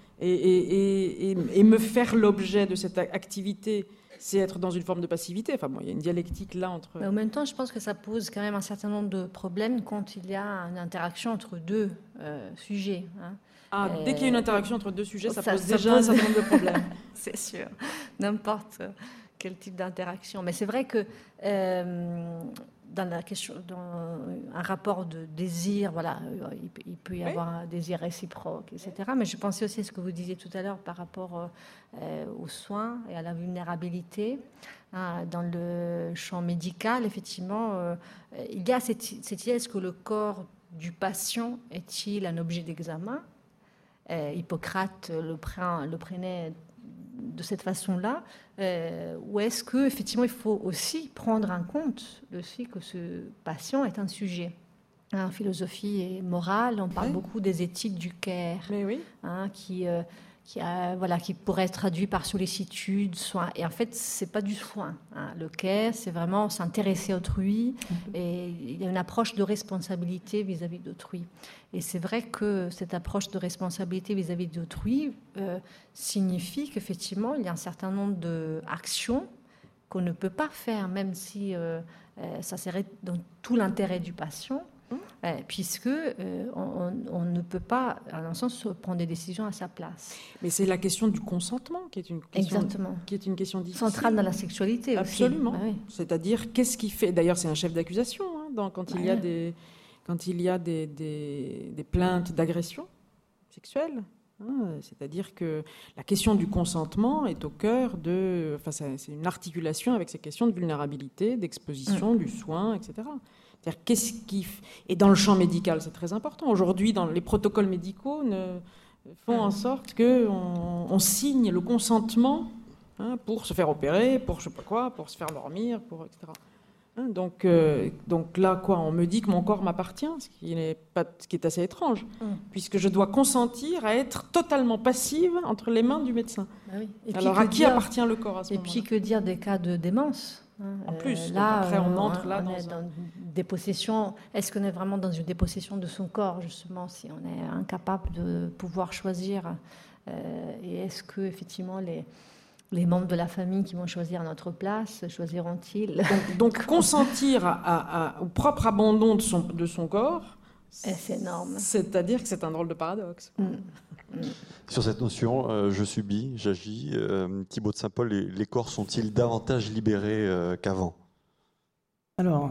Speaker 4: et me faire l'objet de cette activité, c'est être dans une forme de passivité. Enfin, bon, il y a une dialectique là entre...
Speaker 2: Mais en même temps, je pense que ça pose quand même un certain nombre de problèmes quand il y a une interaction entre deux sujets.
Speaker 4: Dès qu'il y a une interaction entre deux sujets, ça pose déjà un certain nombre de problèmes.
Speaker 2: C'est sûr, n'importe quel type d'interaction. Mais c'est vrai que dans un rapport de désir, voilà, il peut y avoir un désir réciproque, etc. Mais je pensais aussi à ce que vous disiez tout à l'heure par rapport aux soins et à la vulnérabilité. Dans le champ médical, effectivement, il y a cette idée, est-ce que le corps du patient est-il un objet d'examen? Hippocrate le prenait de cette façon-là, ou est-ce que effectivement il faut aussi prendre en compte aussi que ce patient est un sujet? En philosophie et morale, on parle beaucoup des éthiques du care, qui pourrait être traduit par sollicitude, soin. Et en fait, c'est pas du soin. Le care, c'est vraiment s'intéresser à autrui, et il y a une approche de responsabilité vis-à-vis d'autrui. Et c'est vrai que cette approche de responsabilité vis-à-vis d'autrui signifie qu'effectivement, il y a un certain nombre d'actions qu'on ne peut pas faire, même si ça serait dans tout l'intérêt du patient, puisque on ne peut pas, à un sens, prendre des décisions à sa place.
Speaker 4: Mais c'est la question du consentement qui est une question difficile.
Speaker 2: Centrale dans la sexualité aussi.
Speaker 4: Absolument. Bah oui. C'est-à-dire, qu'est-ce qui fait... D'ailleurs, c'est un chef d'accusation quand il y a des plaintes d'agression sexuelle. C'est-à-dire que la question du consentement est au cœur de... Enfin, c'est une articulation avec ces questions de vulnérabilité, d'exposition, du soin, etc. C'est-à-dire, et dans le champ médical, c'est très important. Aujourd'hui, dans les protocoles médicaux font en sorte qu'on signe le consentement pour se faire opérer, pour je sais pas quoi, pour se faire dormir, pour etc. Donc là, on me dit que mon corps m'appartient, ce qui est assez étrange, puisque je dois consentir à être totalement passive entre les mains du médecin.
Speaker 2: Bah oui. Et
Speaker 4: alors, à qui appartient le corps à ce moment-là ?
Speaker 2: Et puis, que dire des cas de démence ?
Speaker 4: En plus,
Speaker 2: là,
Speaker 4: après, on entre là
Speaker 2: dans une dépossession. Est-ce qu'on est vraiment dans une dépossession de son corps, justement, si on est incapable de pouvoir choisir et est-ce que, effectivement, les membres de la famille qui vont choisir à notre place, choisiront-ils ?
Speaker 4: Donc consentir au propre abandon de son corps,
Speaker 2: c'est énorme.
Speaker 4: C'est-à-dire que c'est un drôle de paradoxe.
Speaker 1: Sur cette notion, je subis, j'agis. Thibaut de Saint-Paul, les corps sont-ils davantage libérés qu'avant ?
Speaker 5: Alors,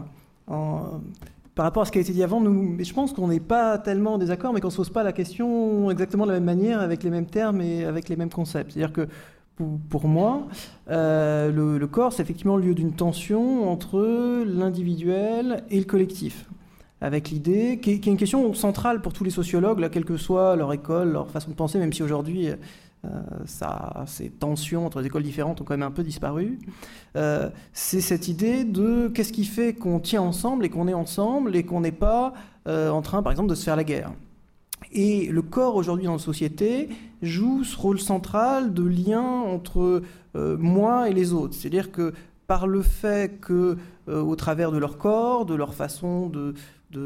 Speaker 5: par rapport à ce qui a été dit avant, je pense qu'on n'est pas tellement en désaccord, mais qu'on ne se pose pas la question exactement de la même manière, avec les mêmes termes et avec les mêmes concepts. C'est-à-dire que pour moi, le corps, c'est effectivement le lieu d'une tension entre l'individuel et le collectif, avec l'idée, qui est une question centrale pour tous les sociologues, là, quelle que soit leur école, leur façon de penser, même si aujourd'hui, ces tensions entre les écoles différentes ont quand même un peu disparu. C'est cette idée de qu'est-ce qui fait qu'on tient ensemble et qu'on est ensemble et qu'on n'est pas en train, par exemple, de se faire la guerre. Et le corps, aujourd'hui, dans la société, joue ce rôle central de lien entre moi et les autres. C'est-à-dire que par le fait que, au travers de leur corps, de leur façon de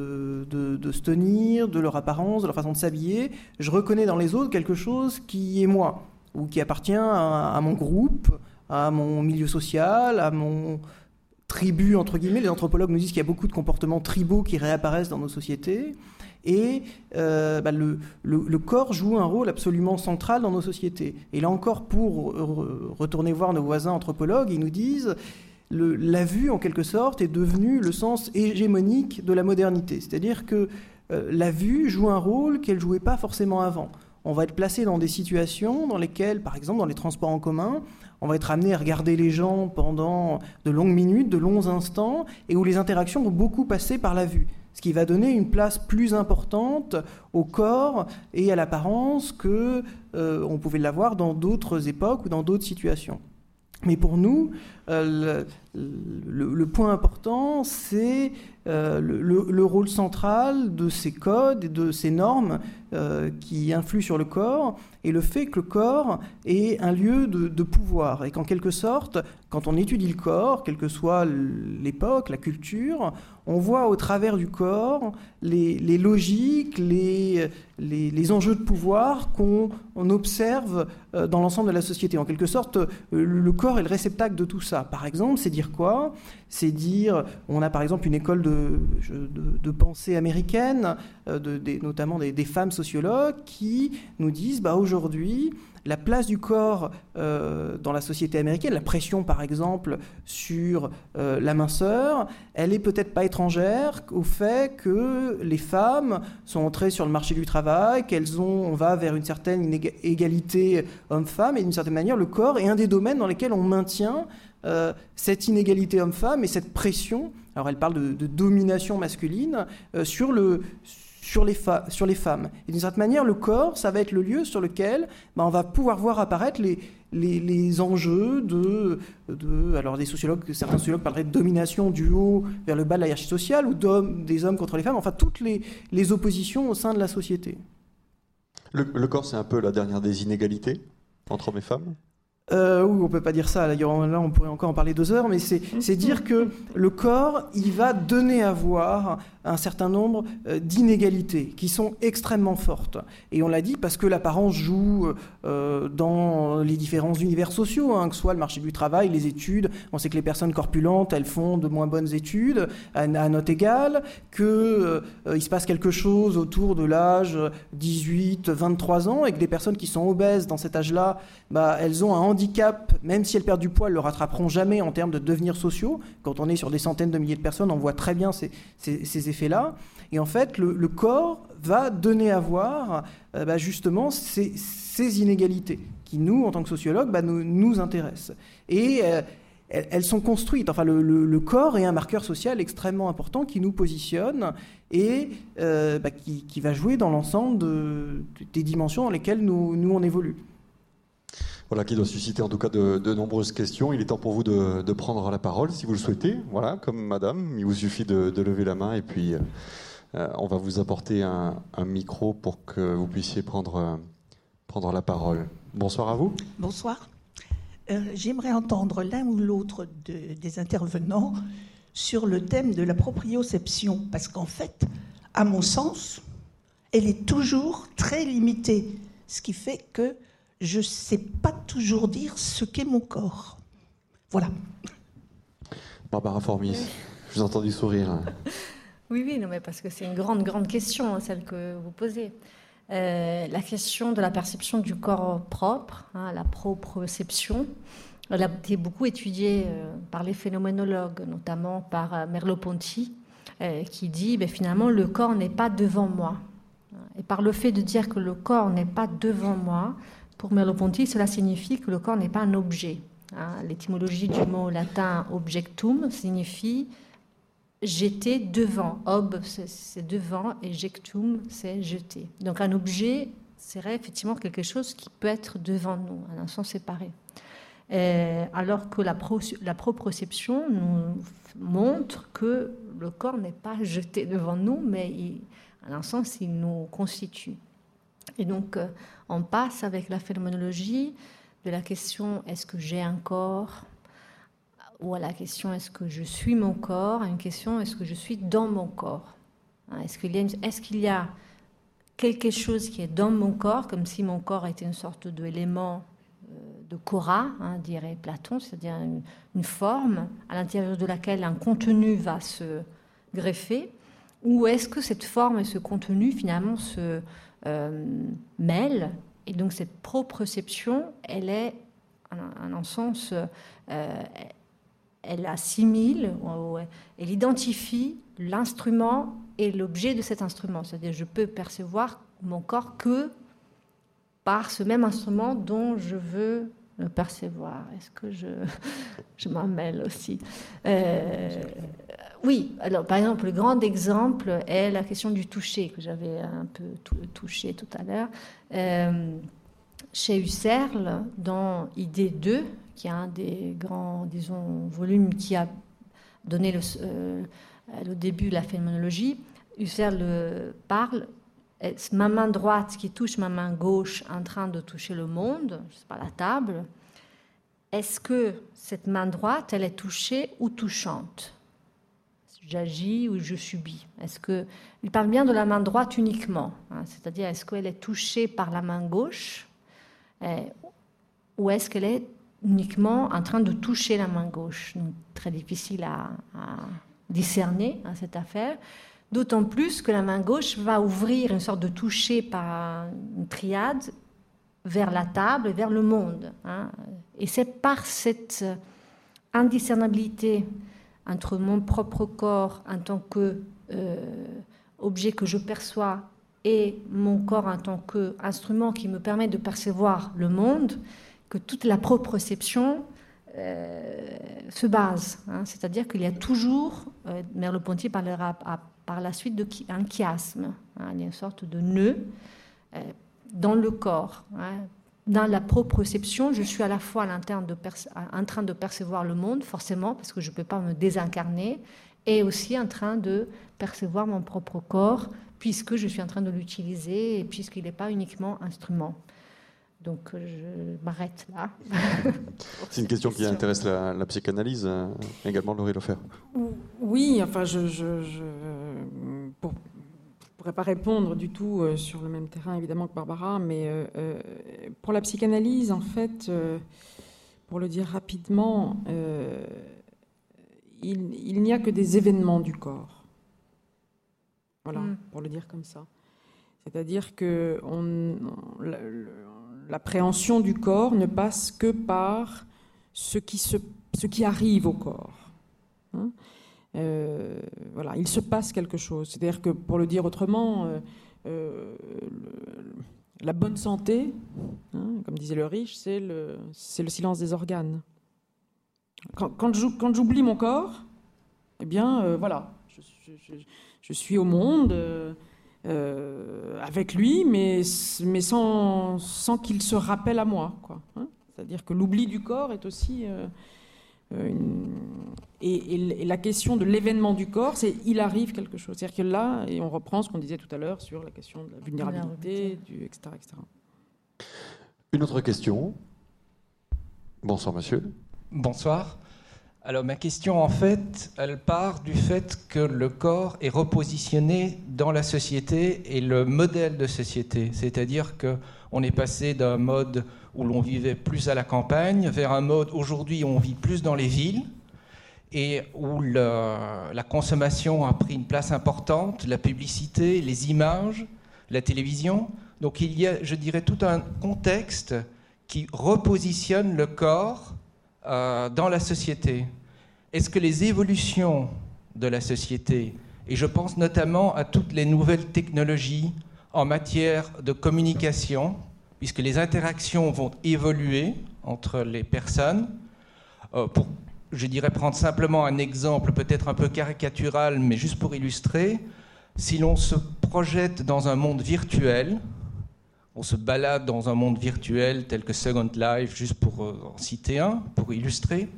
Speaker 5: se tenir, de leur apparence, de leur façon de s'habiller, je reconnais dans les autres quelque chose qui est moi, ou qui appartient à mon groupe, à mon milieu social, à mon tribu, entre guillemets. Les anthropologues nous disent qu'il y a beaucoup de comportements tribaux qui réapparaissent dans nos sociétés. Et le corps joue un rôle absolument central dans nos sociétés. Et là encore, pour retourner voir nos voisins anthropologues, ils nous disent la vue, en quelque sorte, est devenue le sens hégémonique de la modernité. C'est-à-dire que la vue joue un rôle qu'elle ne jouait pas forcément avant. On va être placé dans des situations dans lesquelles, par exemple, dans les transports en commun, on va être amené à regarder les gens pendant de longues minutes, de longs instants, et où les interactions vont beaucoup passer par la vue. Ce qui va donner une place plus importante au corps et à l'apparence qu'on pouvait l'avoir dans d'autres époques ou dans d'autres situations. Mais pour nous, le point important, c'est le rôle central de ces codes et de ces normes qui influent sur le corps, et le fait que le corps est un lieu de pouvoir, et qu'en quelque sorte, quand on étudie le corps, quelle que soit l'époque, la culture, on voit au travers du corps les logiques, les enjeux de pouvoir qu'on observe dans l'ensemble de la société. En quelque sorte, le corps est le réceptacle de tout ça. Par exemple, c'est dire quoi ? C'est dire, on a par exemple une école de pensée américaine, notamment des femmes sociologues, qui nous disent, aujourd'hui, la place du corps dans la société américaine, la pression par exemple sur la minceur, elle est peut-être pas étrangère au fait que les femmes sont entrées sur le marché du travail, on va vers une certaine égalité homme-femme, et d'une certaine manière le corps est un des domaines dans lesquels on maintient cette inégalité homme-femme et cette pression. Alors elle parle de domination masculine sur les femmes. Et d'une certaine manière, le corps, ça va être le lieu sur lequel on va pouvoir voir apparaître les enjeux alors certains sociologues parleraient de domination du haut vers le bas de la hiérarchie sociale, ou des hommes contre les femmes, enfin toutes les oppositions au sein de la société.
Speaker 1: Le corps, c'est un peu la dernière des inégalités entre hommes et femmes ?
Speaker 5: Oui, on ne peut pas dire ça. Là, on pourrait encore en parler 2 heures, mais c'est dire que le corps, il va donner à voir un certain nombre d'inégalités qui sont extrêmement fortes. Et on l'a dit parce que l'apparence joue dans les différents univers sociaux, que ce soit le marché du travail, les études. On sait que les personnes corpulentes, elles font de moins bonnes études à note égale, qu'il se passe quelque chose autour de l'âge 18-23 ans, et que des personnes qui sont obèses dans cet âge-là, elles ont un handicap, même si elles perdent du poids, elles ne le rattraperont jamais en termes de devenir sociaux. Quand on est sur des centaines de milliers de personnes, on voit très bien ces effets-là. Et en fait, le corps va donner à voir justement ces inégalités qui, nous, en tant que sociologues, nous intéressent. Et elles sont construites. Enfin, le corps est un marqueur social extrêmement important qui nous positionne et qui va jouer dans l'ensemble des dimensions dans lesquelles nous on évolue.
Speaker 1: Voilà, qui doit susciter en tout cas de nombreuses questions. Il est temps pour vous de prendre la parole, si vous le souhaitez. Voilà, comme madame, il vous suffit de lever la main et puis on va vous apporter un micro pour que vous puissiez prendre la parole. Bonsoir à vous.
Speaker 6: Bonsoir. J'aimerais entendre l'un ou l'autre des intervenants sur le thème de la proprioception, parce qu'en fait, à mon sens, elle est toujours très limitée, ce qui fait que je ne sais pas toujours dire ce qu'est mon corps. Voilà.
Speaker 1: Barbara Formis, je vous ai entendu sourire.
Speaker 2: Oui, non, mais parce que c'est une grande question, celle que vous posez. La question de la perception du corps propre, la proprioception, elle a été beaucoup étudiée par les phénoménologues, notamment par Merleau-Ponty, qui dit finalement le corps n'est pas devant moi. Et par le fait de dire que le corps n'est pas devant moi, pour Merleau-Ponty, cela signifie que le corps n'est pas un objet. L'étymologie du mot latin objectum signifie jeter devant. Ob, c'est devant, et jectum, c'est jeter. Donc un objet serait effectivement quelque chose qui peut être devant nous, à un sens séparé. Alors que la proprioception nous montre que le corps n'est pas jeté devant nous, mais à un sens, il nous constitue. Et donc, on passe avec la phénoménologie de la question « est-ce que j'ai un corps ?» ou à la question « est-ce que je suis mon corps ?» à une question « est-ce que je suis dans mon corps ?» Est-ce qu'il y a quelque chose qui est dans mon corps, comme si mon corps était une sorte d'élément de cora, dirait Platon, c'est-à-dire une forme à l'intérieur de laquelle un contenu va se greffer, ou est-ce que cette forme et ce contenu finalement se mêlent, et donc cette proprioception, elle est, en un sens, elle assimile, elle identifie l'instrument et l'objet de cet instrument, c'est-à-dire je peux percevoir mon corps que par ce même instrument dont je veux le percevoir. Est-ce que je m'en mêle aussi Oui, alors par exemple, le grand exemple est la question du toucher, que j'avais un peu touché tout à l'heure. Chez Husserl, dans Idée 2, qui est un des grands, disons, volumes qui a donné le début de la phénoménologie, Husserl parle est ma main droite qui touche ma main gauche en train de toucher le monde, je sais pas, la table. Est-ce que cette main droite, elle est touchée ou touchante? J'agis ou je subis? Il parle bien de la main droite uniquement, c'est-à-dire est-ce qu'elle est touchée par la main gauche ou est-ce qu'elle est uniquement en train de toucher la main gauche? Donc, très difficile à discerner cette affaire. D'autant plus que la main gauche va ouvrir une sorte de toucher par une triade vers la table et vers le monde. Et c'est par cette indiscernabilité entre mon propre corps en tant qu'objet que je perçois et mon corps en tant qu'instrument qui me permet de percevoir le monde que toute la proprioception se base. C'est-à-dire qu'il y a toujours, Merleau-Ponty parlera par la suite d'un chiasme, il y a une sorte de nœud dans le corps. Dans la proprioception, je suis à la fois en train de percevoir le monde, forcément, parce que je ne peux pas me désincarner, et aussi en train de percevoir mon propre corps, puisque je suis en train de l'utiliser, et puisqu'il n'est pas uniquement instrument. Donc, je m'arrête là.
Speaker 1: C'est une question qui intéresse la psychanalyse, également, Laurie Lofer.
Speaker 4: Oui, enfin, je pourrais pas répondre du tout sur le même terrain, évidemment, que Barbara, mais pour la psychanalyse, en fait, pour le dire rapidement, il n'y a que des événements du corps. Voilà, pour le dire comme ça. C'est-à-dire que l'appréhension du corps ne passe que par ce qui arrive au corps. Voilà, il se passe quelque chose. C'est-à-dire que, pour le dire autrement, la bonne santé, comme disait le riche, c'est le silence des organes. Quand j'oublie mon corps, eh bien, voilà, je suis au monde avec lui, mais sans qu'il se rappelle à moi, quoi. C'est-à-dire que l'oubli du corps est aussi... Et la question de l'événement du corps, c'est il arrive quelque chose. C'est-à-dire que là, et on reprend ce qu'on disait tout à l'heure sur la question de la vulnérabilité, etc., etc.
Speaker 1: Une autre question. Bonsoir, monsieur.
Speaker 7: Bonsoir. Alors, ma question, en fait, elle part du fait que le corps est repositionné dans la société et le modèle de société. C'est-à-dire qu'on est passé d'un mode où l'on vivait plus à la campagne vers un mode aujourd'hui où on vit plus dans les villes et où la consommation a pris une place importante, la publicité, les images, la télévision. Donc, il y a, je dirais, tout un contexte qui repositionne le corps dans la société. Est-ce que les évolutions de la société, et je pense notamment à toutes les nouvelles technologies en matière de communication, puisque les interactions vont évoluer entre les personnes, pour, je dirais, prendre simplement un exemple peut-être un peu caricatural, mais juste pour illustrer, si l'on se projette dans un monde virtuel, on se balade dans un monde virtuel tel que Second Life, juste pour en citer un, pour illustrer,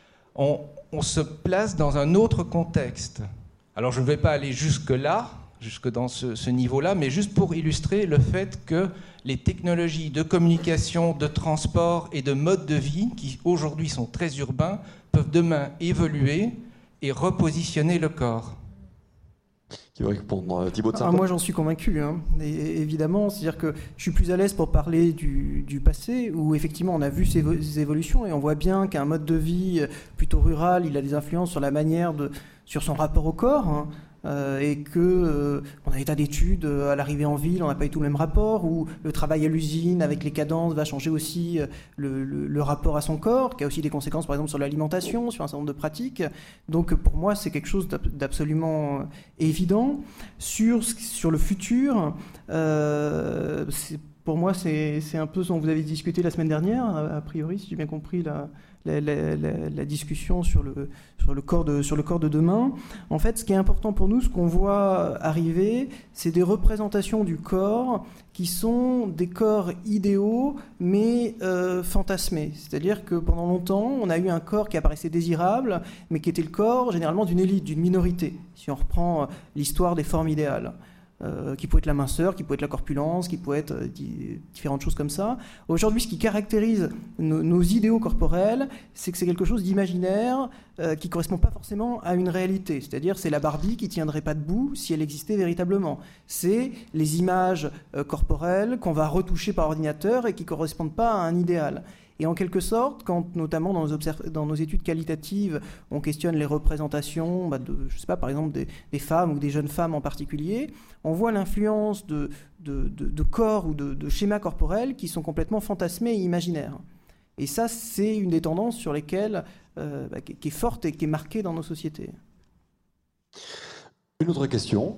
Speaker 7: on se place dans un autre contexte. Alors je ne vais pas aller jusque-là, jusque dans ce niveau-là, mais juste pour illustrer le fait que les technologies de communication, de transport et de mode de vie, qui aujourd'hui sont très urbains, peuvent demain évoluer et repositionner le corps.
Speaker 1: Qui va répondre, Thibaut de Saint-Pol?
Speaker 5: Moi, j'en suis convaincu, hein. Et évidemment, c'est-à-dire que je suis plus à l'aise pour parler du passé, où effectivement on a vu ces évolutions et on voit bien qu'un mode de vie plutôt rural, il a des influences sur la manière sur son rapport au corps, hein. Et qu'on a des tas d'études à l'arrivée en ville, on n'a pas du tout le même rapport, où le travail à l'usine avec les cadences va changer aussi le rapport à son corps, qui a aussi des conséquences par exemple sur l'alimentation, sur un certain nombre de pratiques. Donc pour moi c'est quelque chose d'absolument évident. Sur le futur, pour moi c'est un peu ce dont vous avez discuté la semaine dernière, a priori, si j'ai bien compris la discussion sur le corps de demain. En fait, ce qui est important pour nous, ce qu'on voit arriver, c'est des représentations du corps qui sont des corps idéaux, mais fantasmés. C'est-à-dire que pendant longtemps, on a eu un corps qui apparaissait désirable, mais qui était le corps généralement d'une élite, d'une minorité, si on reprend l'histoire des formes idéales. Qui peut être la minceur, qui peut être la corpulence, qui peut être différentes choses comme ça. Aujourd'hui, ce qui caractérise nos idéaux corporels, c'est que c'est quelque chose d'imaginaire qui ne correspond pas forcément à une réalité. C'est-à-dire, c'est la Barbie qui ne tiendrait pas debout si elle existait véritablement. C'est les images corporelles qu'on va retoucher par ordinateur et qui ne correspondent pas à un idéal. Et en quelque sorte, quand notamment dans nos études qualitatives, on questionne les représentations je sais pas, par exemple des femmes ou des jeunes femmes en particulier, on voit l'influence de corps ou de schémas corporels qui sont complètement fantasmés et imaginaires. Et ça, c'est une des tendances sur lesquelles qui est forte et qui est marquée dans nos sociétés.
Speaker 1: Une autre question.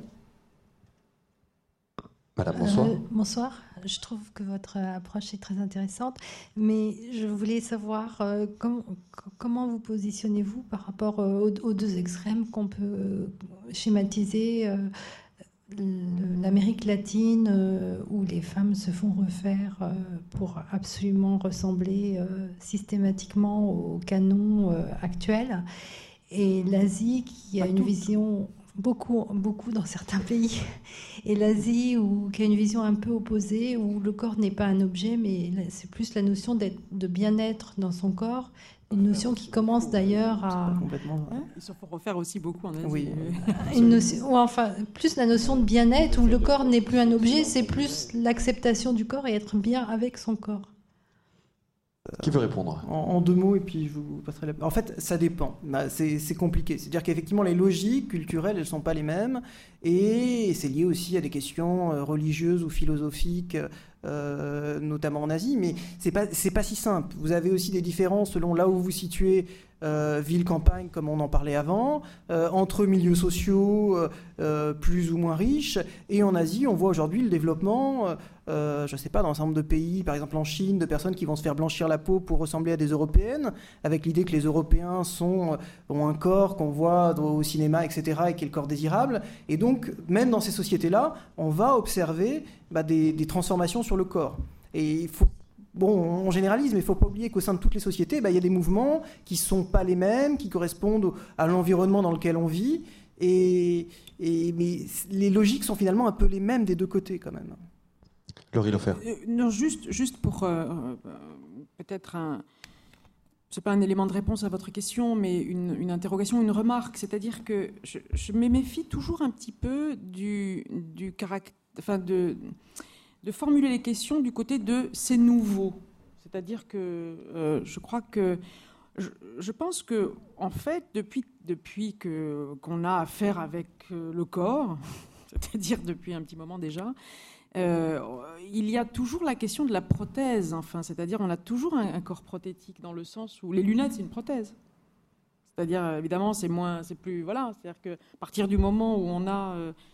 Speaker 1: Madame, bonsoir.
Speaker 8: Bonsoir. Je trouve que votre approche est très intéressante, mais je voulais savoir comment vous positionnez-vous par rapport aux deux extrêmes qu'on peut schématiser, l'Amérique latine, où les femmes se font refaire pour absolument ressembler systématiquement au canon actuel, et l'Asie qui a une vision... Beaucoup dans certains pays, et l'Asie qui a une vision un peu opposée, où le corps n'est pas un objet, mais c'est plus la notion de bien-être dans son corps, une notion qui commence d'ailleurs à...
Speaker 4: Ils se font refaire aussi beaucoup en Asie.
Speaker 5: Oui.
Speaker 8: Plus la notion de bien-être, où le corps n'est plus un objet, c'est plus l'acceptation du corps et être bien avec son corps.
Speaker 1: Qui veut répondre ?
Speaker 5: En deux mots, et puis je vous passerai la... En fait, ça dépend. C'est compliqué. C'est-à-dire qu'effectivement, les logiques culturelles, elles ne sont pas les mêmes. Et c'est lié aussi à des questions religieuses ou philosophiques, notamment en Asie. Mais c'est pas si simple. Vous avez aussi des différences selon là où vous vous situez, ville-campagne, comme on en parlait avant, entre milieux sociaux plus ou moins riches. Et en Asie, on voit aujourd'hui le développement... je ne sais pas, dans un certain nombre de pays, par exemple en Chine, de personnes qui vont se faire blanchir la peau pour ressembler à des Européennes, avec l'idée que les Européens ont un corps qu'on voit au cinéma, etc., et qui est le corps désirable. Et donc, même dans ces sociétés-là, on va observer des transformations sur le corps. Et il faut bon, on généralise, mais il ne faut pas oublier qu'au sein de toutes les sociétés, il y a des mouvements qui ne sont pas les mêmes, qui correspondent à l'environnement dans lequel on vit, mais les logiques sont finalement un peu les mêmes des deux côtés quand même.
Speaker 1: Laurie Leffer.
Speaker 4: Non, juste pour peut-être c'est pas un élément de réponse à votre question, mais une interrogation, une remarque. C'est-à-dire que je me méfie toujours un petit peu du caractère, enfin de formuler les questions du côté de c'est nouveau. C'est-à-dire que je crois que je pense que en fait depuis qu'on a affaire avec le corps, c'est-à-dire depuis un petit moment déjà. Il y a toujours la question de la prothèse, enfin, c'est-à-dire on a toujours un corps prothétique dans le sens où les lunettes c'est une prothèse. C'est-à-dire évidemment c'est plus voilà, c'est-à-dire que à partir du moment où on a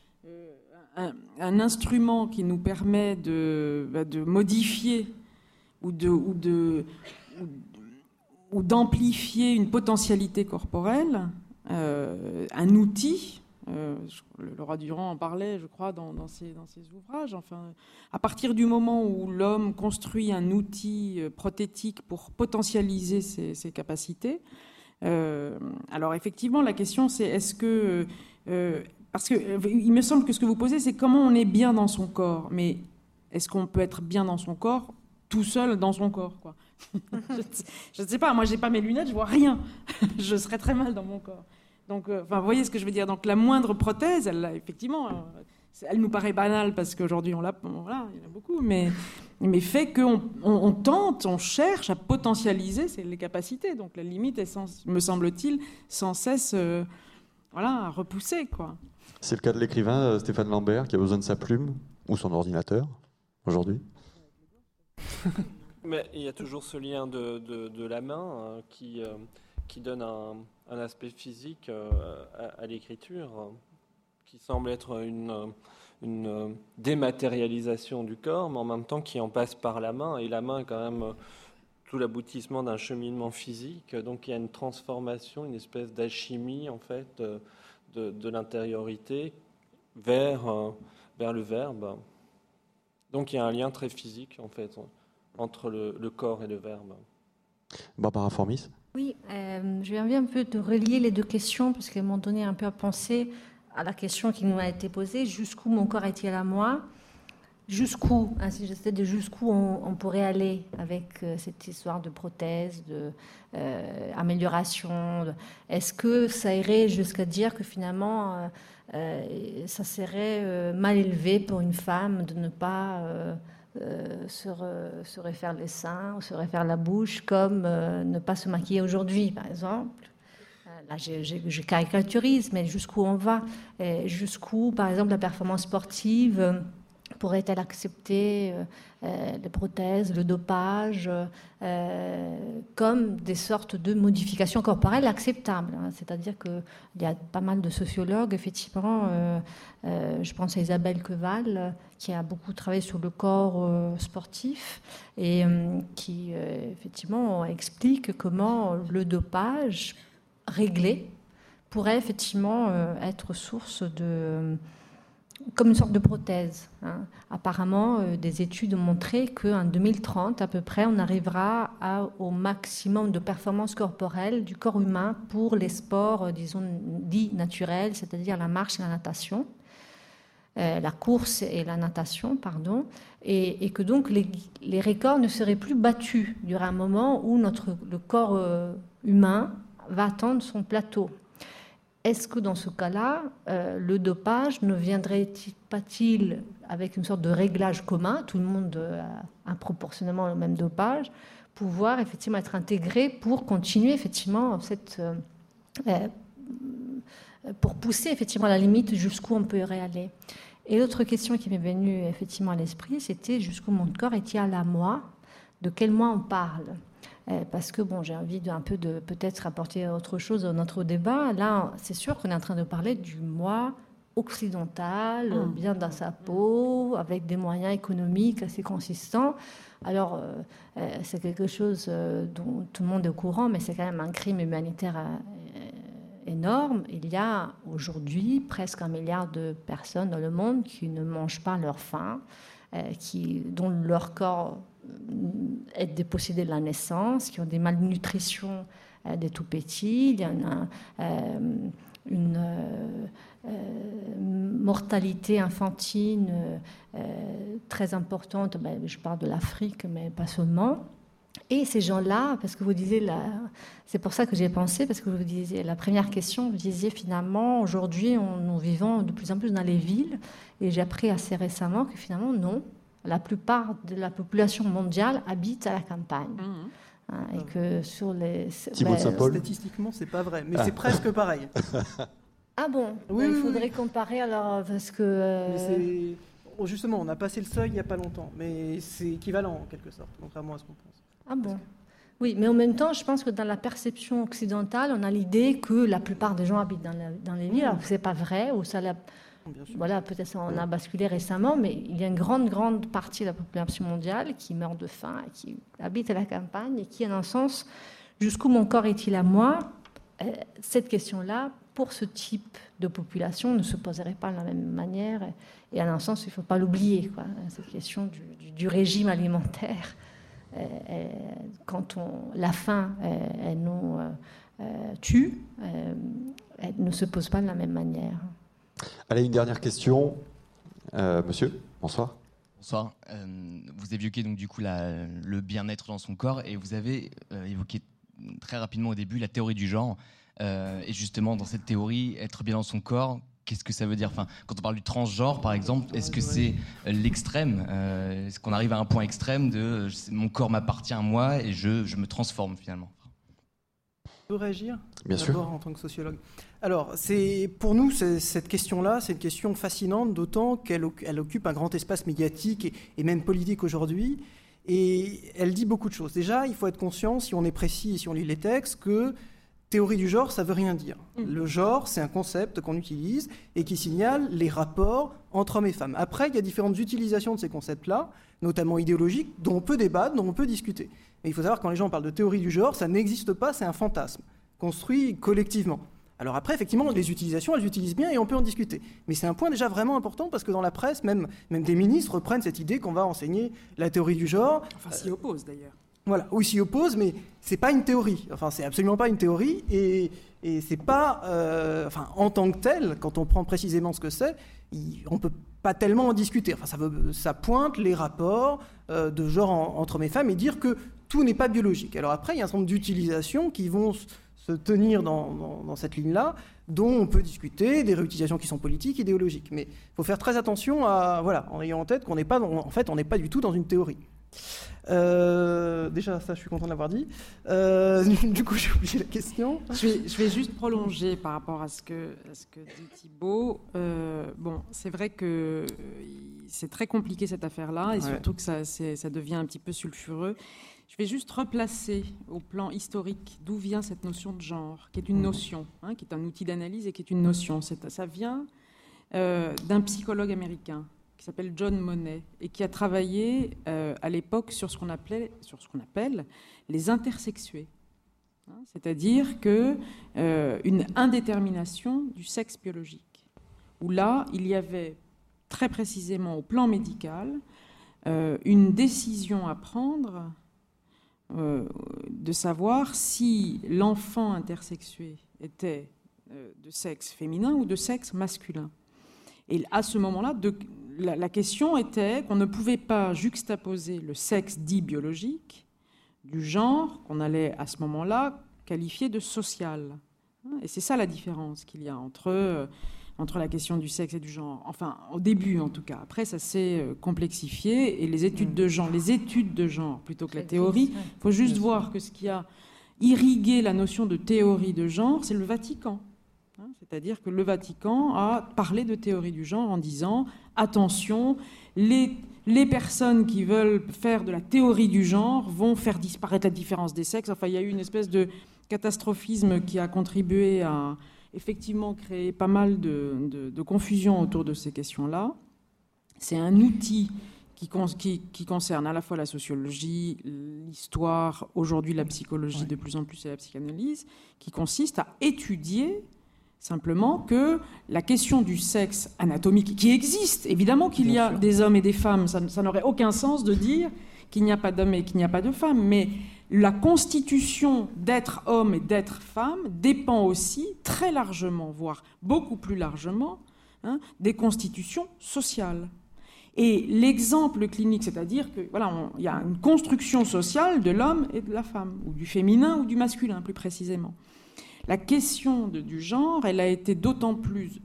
Speaker 4: un instrument qui nous permet de modifier ou d'amplifier une potentialité corporelle, un outil. Laura Durand en parlait, je crois, dans ses ouvrages. Enfin, à partir du moment où l'homme construit un outil prothétique pour potentialiser ses capacités, alors effectivement, la question c'est est-ce que... parce qu'il me semble que ce que vous posez, c'est comment on est bien dans son corps. Mais est-ce qu'on peut être bien dans son corps tout seul dans son corps, quoi? Je ne sais pas, moi j'ai pas mes lunettes, je vois rien. Je serais très mal dans mon corps. Donc, vous voyez ce que je veux dire. Donc, la moindre prothèse, effectivement, elle nous paraît banale parce qu'aujourd'hui, voilà, il y en a beaucoup, mais fait qu'on tente, on cherche à potentialiser les capacités. Donc, la limite est, me semble-t-il, sans cesse repoussée, quoi.
Speaker 1: C'est le cas de l'écrivain Stéphane Lambert qui a besoin de sa plume ou son ordinateur aujourd'hui.
Speaker 3: Mais il y a toujours ce lien de la main qui donne un aspect physique à l'écriture, qui semble être une dématérialisation du corps, mais en même temps qui en passe par la main, et la main est quand même tout l'aboutissement d'un cheminement physique, donc il y a une transformation, une espèce d'alchimie en fait de l'intériorité vers le verbe. Donc il y a un lien très physique en fait entre le corps et le verbe.
Speaker 1: Barbara Formis.
Speaker 2: Oui, j'ai envie un peu de relier les deux questions parce qu'elles m'ont donné un peu à penser à la question qui nous a été posée, jusqu'où mon corps est-il à moi? Jusqu'où, si j'essaie de jusqu'où on pourrait aller avec cette histoire de prothèse, d'amélioration. Est-ce que ça irait jusqu'à dire que finalement ça serait mal élevé pour une femme de ne pas se refaire les seins ou se refaire la bouche, comme ne pas se maquiller aujourd'hui, par exemple. Là, je caricaturise, mais jusqu'où on va? Jusqu'où, par exemple, la performance sportive pourrait-elle accepter les prothèses, le dopage, comme des sortes de modifications corporelles acceptables? C'est-à-dire qu'il y a pas mal de sociologues, effectivement, je pense à Isabelle Queval, qui a beaucoup travaillé sur le corps sportif et qui, effectivement, explique comment le dopage réglé pourrait, effectivement, être source de... comme une sorte de prothèse. Apparemment, des études ont montré qu'en 2030, à peu près, on arrivera au maximum de performance corporelle du corps humain pour les sports, disons, dits naturels, c'est-à-dire la marche et la natation, la course et la natation, pardon, et que donc les records ne seraient plus battus. Il y aura un moment où le corps humain va atteindre son plateau. Est-ce que dans ce cas-là, le dopage ne viendrait-il pas-il avec une sorte de réglage commun, tout le monde a proportionnellement le même dopage, pouvoir effectivement être intégré pour continuer effectivement pour pousser effectivement la limite jusqu'où on peut aller. Et l'autre question qui m'est venue effectivement à l'esprit, c'était jusqu'où mon corps est-il à moi? De quel moi on parle? Parce que bon, j'ai envie de peut-être apporter autre chose dans notre débat. Là, c'est sûr qu'on est en train de parler du moi occidental, bien dans sa peau, avec des moyens économiques assez consistants. Alors, c'est quelque chose dont tout le monde est au courant, mais c'est quand même un crime humanitaire énorme. Il y a aujourd'hui presque 1 milliard de personnes dans le monde qui ne mangent pas leur faim, dont leur corps être dépossédés de la naissance, qui ont des malnutritions des tout petits. Il y en a une mortalité infantile très importante. Je parle de l'Afrique, mais pas seulement. Et ces gens-là, parce que vous disiez, c'est pour ça que j'ai pensé, parce que vous disiez, la première question, vous disiez finalement, aujourd'hui, nous vivons de plus en plus dans les villes, et j'ai appris assez récemment que finalement, non, la plupart de la population mondiale habite à la campagne. Et que sur les...
Speaker 5: Statistiquement, c'est pas vrai, mais c'est presque pareil.
Speaker 2: Ah bon, il faudrait comparer alors, parce que...
Speaker 5: Justement, on a passé le seuil il n'y a pas longtemps, mais c'est équivalent en quelque sorte, contrairement à ce qu'on pense.
Speaker 2: Ah bon. Oui, mais en même temps, je pense que dans la perception occidentale, on a l'idée que la plupart des gens habitent dans les villes, alors que ce n'est pas vrai, ou ça voilà, peut-être on a basculé récemment, mais il y a une grande partie de la population mondiale qui meurt de faim, qui habite à la campagne, et qui, en un sens, jusqu'où mon corps est-il à moi, cette question-là, pour ce type de population, ne se poserait pas de la même manière, et en un sens, il ne faut pas l'oublier, quoi, cette question du régime alimentaire. Quand la faim elle nous tue, elle ne se pose pas de la même manière.
Speaker 1: Allez, une dernière question. Monsieur, bonsoir.
Speaker 9: Bonsoir. Vous évoquez donc du coup le bien-être dans son corps et vous avez évoqué très rapidement au début la théorie du genre. Et justement, dans cette théorie, être bien dans son corps, qu'est-ce que ça veut dire ? Enfin, quand on parle du transgenre, par exemple, est-ce que c'est l'extrême ? Est-ce qu'on arrive à un point extrême de mon corps m'appartient à moi et je me transforme finalement ?
Speaker 5: Je peux réagir ?
Speaker 1: Bien sûr.
Speaker 5: D'abord en tant que sociologue. Alors, pour nous, cette question-là, c'est une question fascinante, d'autant qu'elle occupe un grand espace médiatique et même politique aujourd'hui. Et elle dit beaucoup de choses. Déjà, il faut être conscient, si on est précis et si on lit les textes, que théorie du genre, ça ne veut rien dire. Le genre, c'est un concept qu'on utilise et qui signale les rapports entre hommes et femmes. Après, il y a différentes utilisations de ces concepts-là, notamment idéologiques, dont on peut débattre, dont on peut discuter. Mais il faut savoir que quand les gens parlent de théorie du genre, ça n'existe pas, c'est un fantasme, construit collectivement. Alors après, effectivement, les utilisations, elles utilisent bien et on peut en discuter. Mais c'est un point déjà vraiment important parce que dans la presse, même des ministres reprennent cette idée qu'on va enseigner la théorie du genre.
Speaker 4: Enfin, s'y opposent d'ailleurs.
Speaker 5: Voilà, oui, s'y oppose, mais c'est pas une théorie. Enfin, c'est absolument pas une théorie, et c'est pas, en tant que tel, quand on prend précisément ce que c'est, on peut pas tellement en discuter. Enfin, ça pointe les rapports de genre entre hommes et femmes et dire que tout n'est pas biologique. Alors après, il y a un certain nombre d'utilisations qui vont se tenir dans cette ligne-là, dont on peut discuter, des réutilisations qui sont politiques, idéologiques. Mais il faut faire très attention en ayant en tête qu'on n'est pas, on n'est pas du tout dans une théorie. Déjà, ça, je suis content de l'avoir dit. Du coup, j'ai oublié la question.
Speaker 4: Je vais juste prolonger par rapport à ce que dit Thibault. C'est vrai que c'est très compliqué cette affaire-là, et surtout que ça devient un petit peu sulfureux. Je vais juste replacer au plan historique d'où vient cette notion de genre, qui est une notion, qui est un outil d'analyse et qui est une notion. Ça vient d'un psychologue américain qui s'appelle John Monnet et qui a travaillé à l'époque sur ce qu'on appelle les intersexués. C'est-à-dire une indétermination du sexe biologique, où là, il y avait très précisément au plan médical une décision à prendre de savoir si l'enfant intersexué était de sexe féminin ou de sexe masculin. Et à ce moment-là, la question était qu'on ne pouvait pas juxtaposer le sexe dit biologique du genre qu'on allait à ce moment-là qualifier de social. Et c'est ça la différence qu'il y a entre la question du sexe et du genre. Enfin, au début en tout cas. Après, ça s'est complexifié et les études de genre plutôt que la théorie, il faut juste voir que ce qui a irrigué la notion de théorie de genre, c'est le Vatican. C'est-à-dire que le Vatican a parlé de théorie du genre en disant « Attention, les personnes qui veulent faire de la théorie du genre vont faire disparaître la différence des sexes ». Enfin, il y a eu une espèce de catastrophisme qui a contribué à effectivement créer pas mal de confusion autour de ces questions-là. C'est un outil qui concerne à la fois la sociologie, l'histoire, aujourd'hui la psychologie de plus en plus et la psychanalyse, qui consiste à étudier simplement que la question du sexe anatomique, qui existe, évidemment qu'il y a des hommes et des femmes, ça n'aurait aucun sens de dire qu'il n'y a pas d'homme et qu'il n'y a pas de femme, mais la constitution d'être homme et d'être femme dépend aussi très largement, voire beaucoup plus largement, des constitutions sociales. Et l'exemple clinique, c'est-à-dire que il y a une construction sociale de l'homme et de la femme, ou du féminin ou du masculin plus précisément. La question du genre, elle a été d'autant plus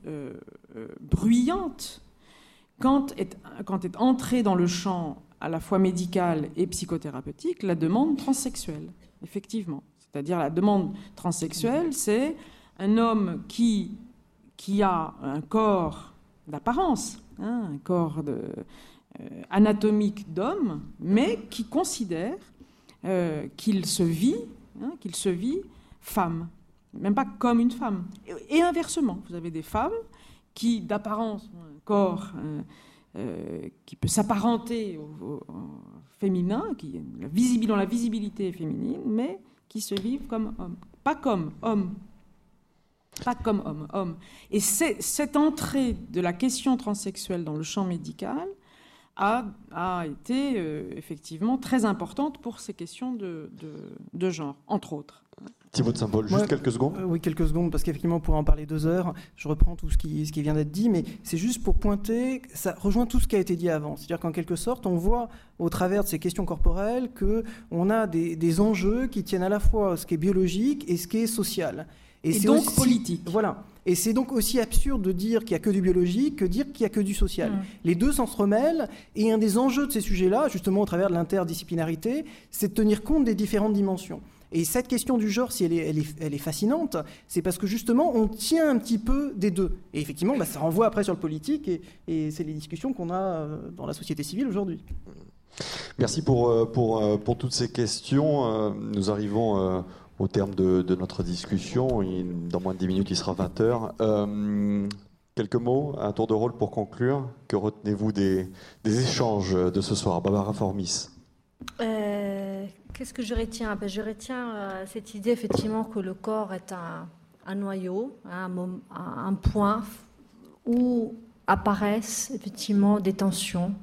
Speaker 4: bruyante quand est entrée dans le champ à la fois médicale et psychothérapeutique la demande transsexuelle, effectivement. C'est-à-dire la demande transsexuelle, c'est un homme qui a un corps d'apparence, un corps anatomique d'homme, mais qui considère qu'il se vit femme, même pas comme une femme. Et inversement, vous avez des femmes qui, d'apparence, ont un corps qui peut s'apparenter au féminin, dont la visibilité est féminine, mais qui se vivent comme hommes. Pas comme homme. Pas comme homme. Et cette entrée de la question transsexuelle dans le champ médical a été effectivement très importante pour ces questions de genre, entre autres.
Speaker 1: Thibaut de Saint-Paul, juste quelques secondes.
Speaker 5: Oui, quelques secondes, parce qu'effectivement, on pourrait en parler 2 heures. Je reprends tout ce qui vient d'être dit, mais c'est juste pour pointer, ça rejoint tout ce qui a été dit avant. C'est-à-dire qu'en quelque sorte, on voit au travers de ces questions corporelles qu'on a des enjeux qui tiennent à la fois ce qui est biologique et ce qui est social.
Speaker 4: Et c'est donc aussi politique.
Speaker 5: Voilà. Et c'est donc aussi absurde de dire qu'il n'y a que du biologique que dire qu'il n'y a que du social. Les deux s'entremêlent, et un des enjeux de ces sujets-là, justement au travers de l'interdisciplinarité, c'est de tenir compte des différentes dimensions. Et cette question du genre, si elle est fascinante, c'est parce que justement, on tient un petit peu des deux. Et effectivement, ça renvoie après sur le politique, et c'est les discussions qu'on a dans la société civile aujourd'hui.
Speaker 1: Merci pour toutes ces questions. Nous arrivons au terme de notre discussion. Dans moins de 10 minutes, il sera 20h. Quelques mots, un tour de rôle pour conclure. Que retenez-vous des échanges de ce soir? Barbara Formis.
Speaker 2: Qu'est-ce que je retiens? Je retiens cette idée effectivement que le corps est un noyau, un point où apparaissent effectivement des tensions,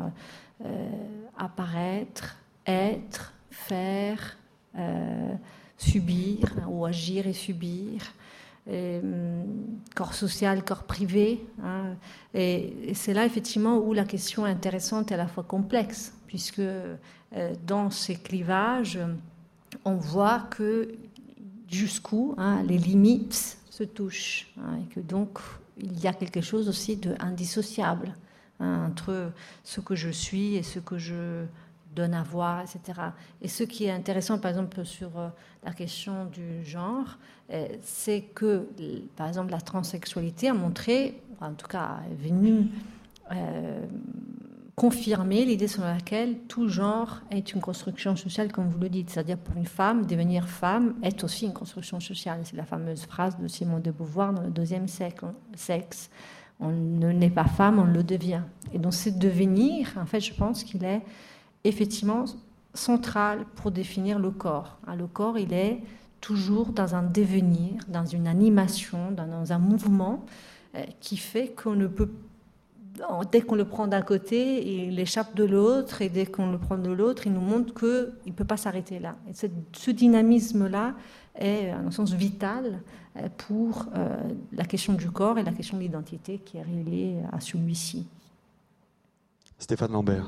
Speaker 2: apparaître, être, faire, subir ou agir et subir, corps social, corps privé. Et c'est là effectivement où la question est intéressante et à la fois complexe, puisque dans ces clivages, on voit que jusqu'où les limites se touchent, et que donc il y a quelque chose aussi d'indissociable entre ce que je suis et ce que je donne à voir, etc. Et ce qui est intéressant, par exemple, sur la question du genre, c'est que, par exemple, la transsexualité a montré, en tout cas, est venue confirmer l'idée selon laquelle tout genre est une construction sociale, comme vous le dites. C'est-à-dire, pour une femme, devenir femme est aussi une construction sociale. C'est la fameuse phrase de Simone de Beauvoir dans le 2e sexe. On ne naît pas femme, on le devient. Et donc, ce devenir, en fait, je pense qu'il est effectivement central pour définir le corps. Le corps, il est toujours dans un devenir, dans une animation, dans un mouvement qui fait qu'on ne peut, dès qu'on le prend d'un côté, il échappe de l'autre, et dès qu'on le prend de l'autre, il nous montre qu'il ne peut pas s'arrêter là. Et ce dynamisme-là est, en un sens, vital pour la question du corps et la question de l'identité qui est reliée à celui-ci.
Speaker 1: Stéphane Lambert.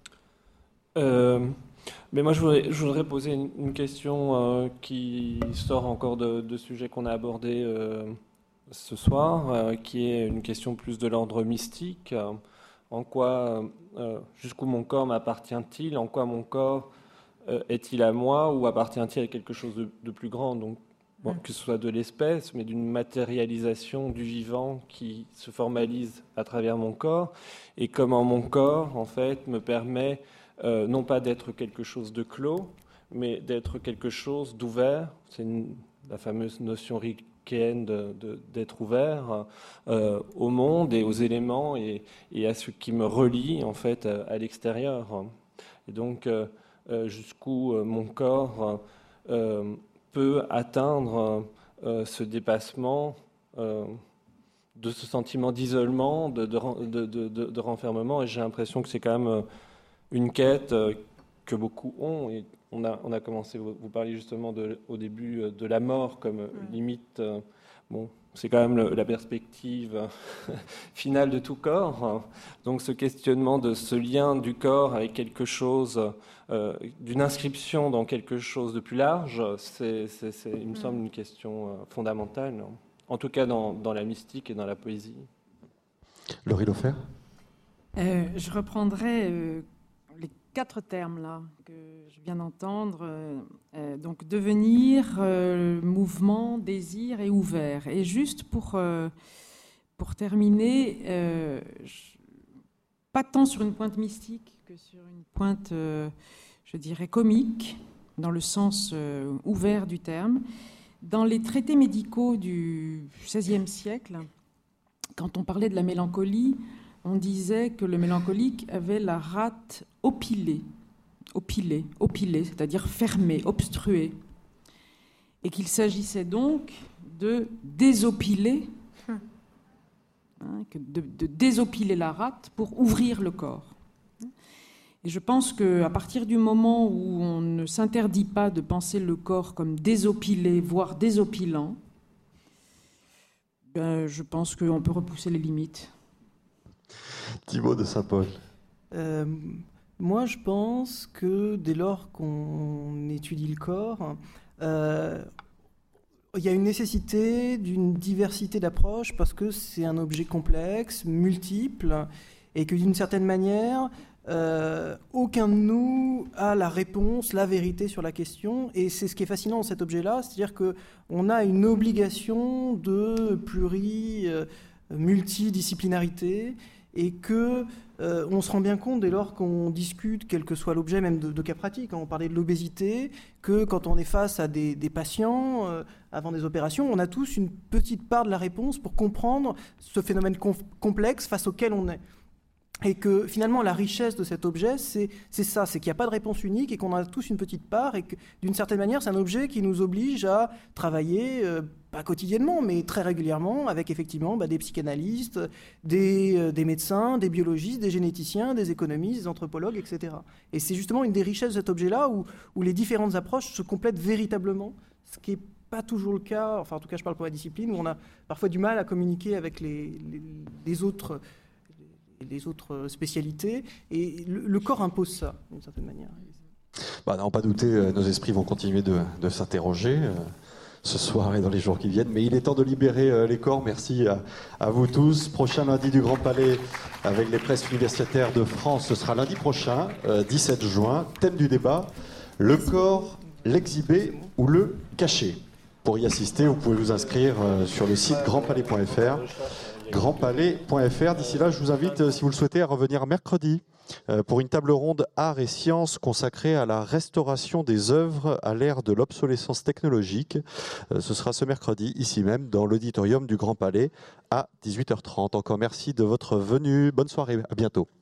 Speaker 3: Mais moi, je voudrais poser une question qui sort encore de sujets qu'on a abordés ce soir, qui est une question plus de l'ordre mystique. En quoi, jusqu'où mon corps m'appartient-il? En quoi mon corps est-il à moi, ou appartient-il à quelque chose de plus grand? Donc, que ce soit de l'espèce, mais d'une matérialisation du vivant qui se formalise à travers mon corps, et comment mon corps, en fait, me permet non pas d'être quelque chose de clos, mais d'être quelque chose d'ouvert. C'est la fameuse notion rickéenne d'être ouvert au monde et aux éléments et à ce qui me relie, en fait, à l'extérieur. Et donc, jusqu'où mon corps peut atteindre ce dépassement de ce sentiment d'isolement, de renfermement. Et j'ai l'impression que c'est quand même une quête que beaucoup ont. Et on a commencé, vous parliez justement au début de la mort comme limite. Bon, c'est quand même la perspective finale de tout corps. Donc ce questionnement de ce lien du corps avec quelque chose, d'une inscription dans quelque chose de plus large, il me semble une question fondamentale, en tout cas dans la mystique et dans la poésie.
Speaker 1: Laurie Lofer.
Speaker 4: Je reprendrai les 4 termes là que je viens d'entendre. Donc devenir, mouvement, désir et ouvert. Et juste pour terminer, pas tant sur une pointe mystique que sur une pointe, je dirais, comique, dans le sens ouvert du terme. Dans les traités médicaux du XVIe siècle, quand on parlait de la mélancolie, on disait que le mélancolique avait la rate opilée, c'est-à-dire fermée, obstruée, et qu'il s'agissait donc de désopiler, de désopiler la rate pour ouvrir le corps. Et je pense qu'à partir du moment où on ne s'interdit pas de penser le corps comme désopilé, voire désopilant, je pense qu'on peut repousser les limites.
Speaker 1: Thibaut de Saint-Paul.
Speaker 5: Moi, je pense que dès lors qu'on étudie le corps, il y a une nécessité d'une diversité d'approches parce que c'est un objet complexe, multiple, et que d'une certaine manière, aucun de nous a la réponse, la vérité sur la question. Et c'est ce qui est fascinant dans cet objet-là, c'est-à-dire qu'on a une obligation de multidisciplinarité, et que on se rend bien compte dès lors qu'on discute, quel que soit l'objet, même de cas pratiques. On parlait de l'obésité, que quand on est face à des patients avant des opérations, on a tous une petite part de la réponse pour comprendre ce phénomène complexe face auquel on est. Et que finalement, la richesse de cet objet, c'est ça, c'est qu'il n'y a pas de réponse unique et qu'on a tous une petite part, et que d'une certaine manière, c'est un objet qui nous oblige à travailler, pas quotidiennement, mais très régulièrement, avec effectivement des psychanalystes, des médecins, des biologistes, des généticiens, des économistes, des anthropologues, etc. Et c'est justement une des richesses de cet objet-là où les différentes approches se complètent véritablement, ce qui n'est pas toujours le cas, enfin en tout cas je parle pour la discipline, où on a parfois du mal à communiquer avec les autres spécialités, et le corps impose ça, d'une certaine manière.
Speaker 1: Non, pas douter, nos esprits vont continuer de s'interroger ce soir et dans les jours qui viennent, mais il est temps de libérer les corps. Merci à vous tous. Prochain lundi du Grand Palais avec les presses universitaires de France, ce sera lundi prochain, 17 juin. Thème du débat, le corps, l'exhiber ou le cacher. Pour y assister, vous pouvez vous inscrire sur le site grandpalais.fr. grandpalais.fr. D'ici là, je vous invite, si vous le souhaitez, à revenir mercredi pour une table ronde Arts et Sciences consacrée à la restauration des œuvres à l'ère de l'obsolescence technologique. Ce sera ce mercredi, ici même, dans l'auditorium du Grand Palais, à 18h30. Encore merci de votre venue. Bonne soirée, à bientôt.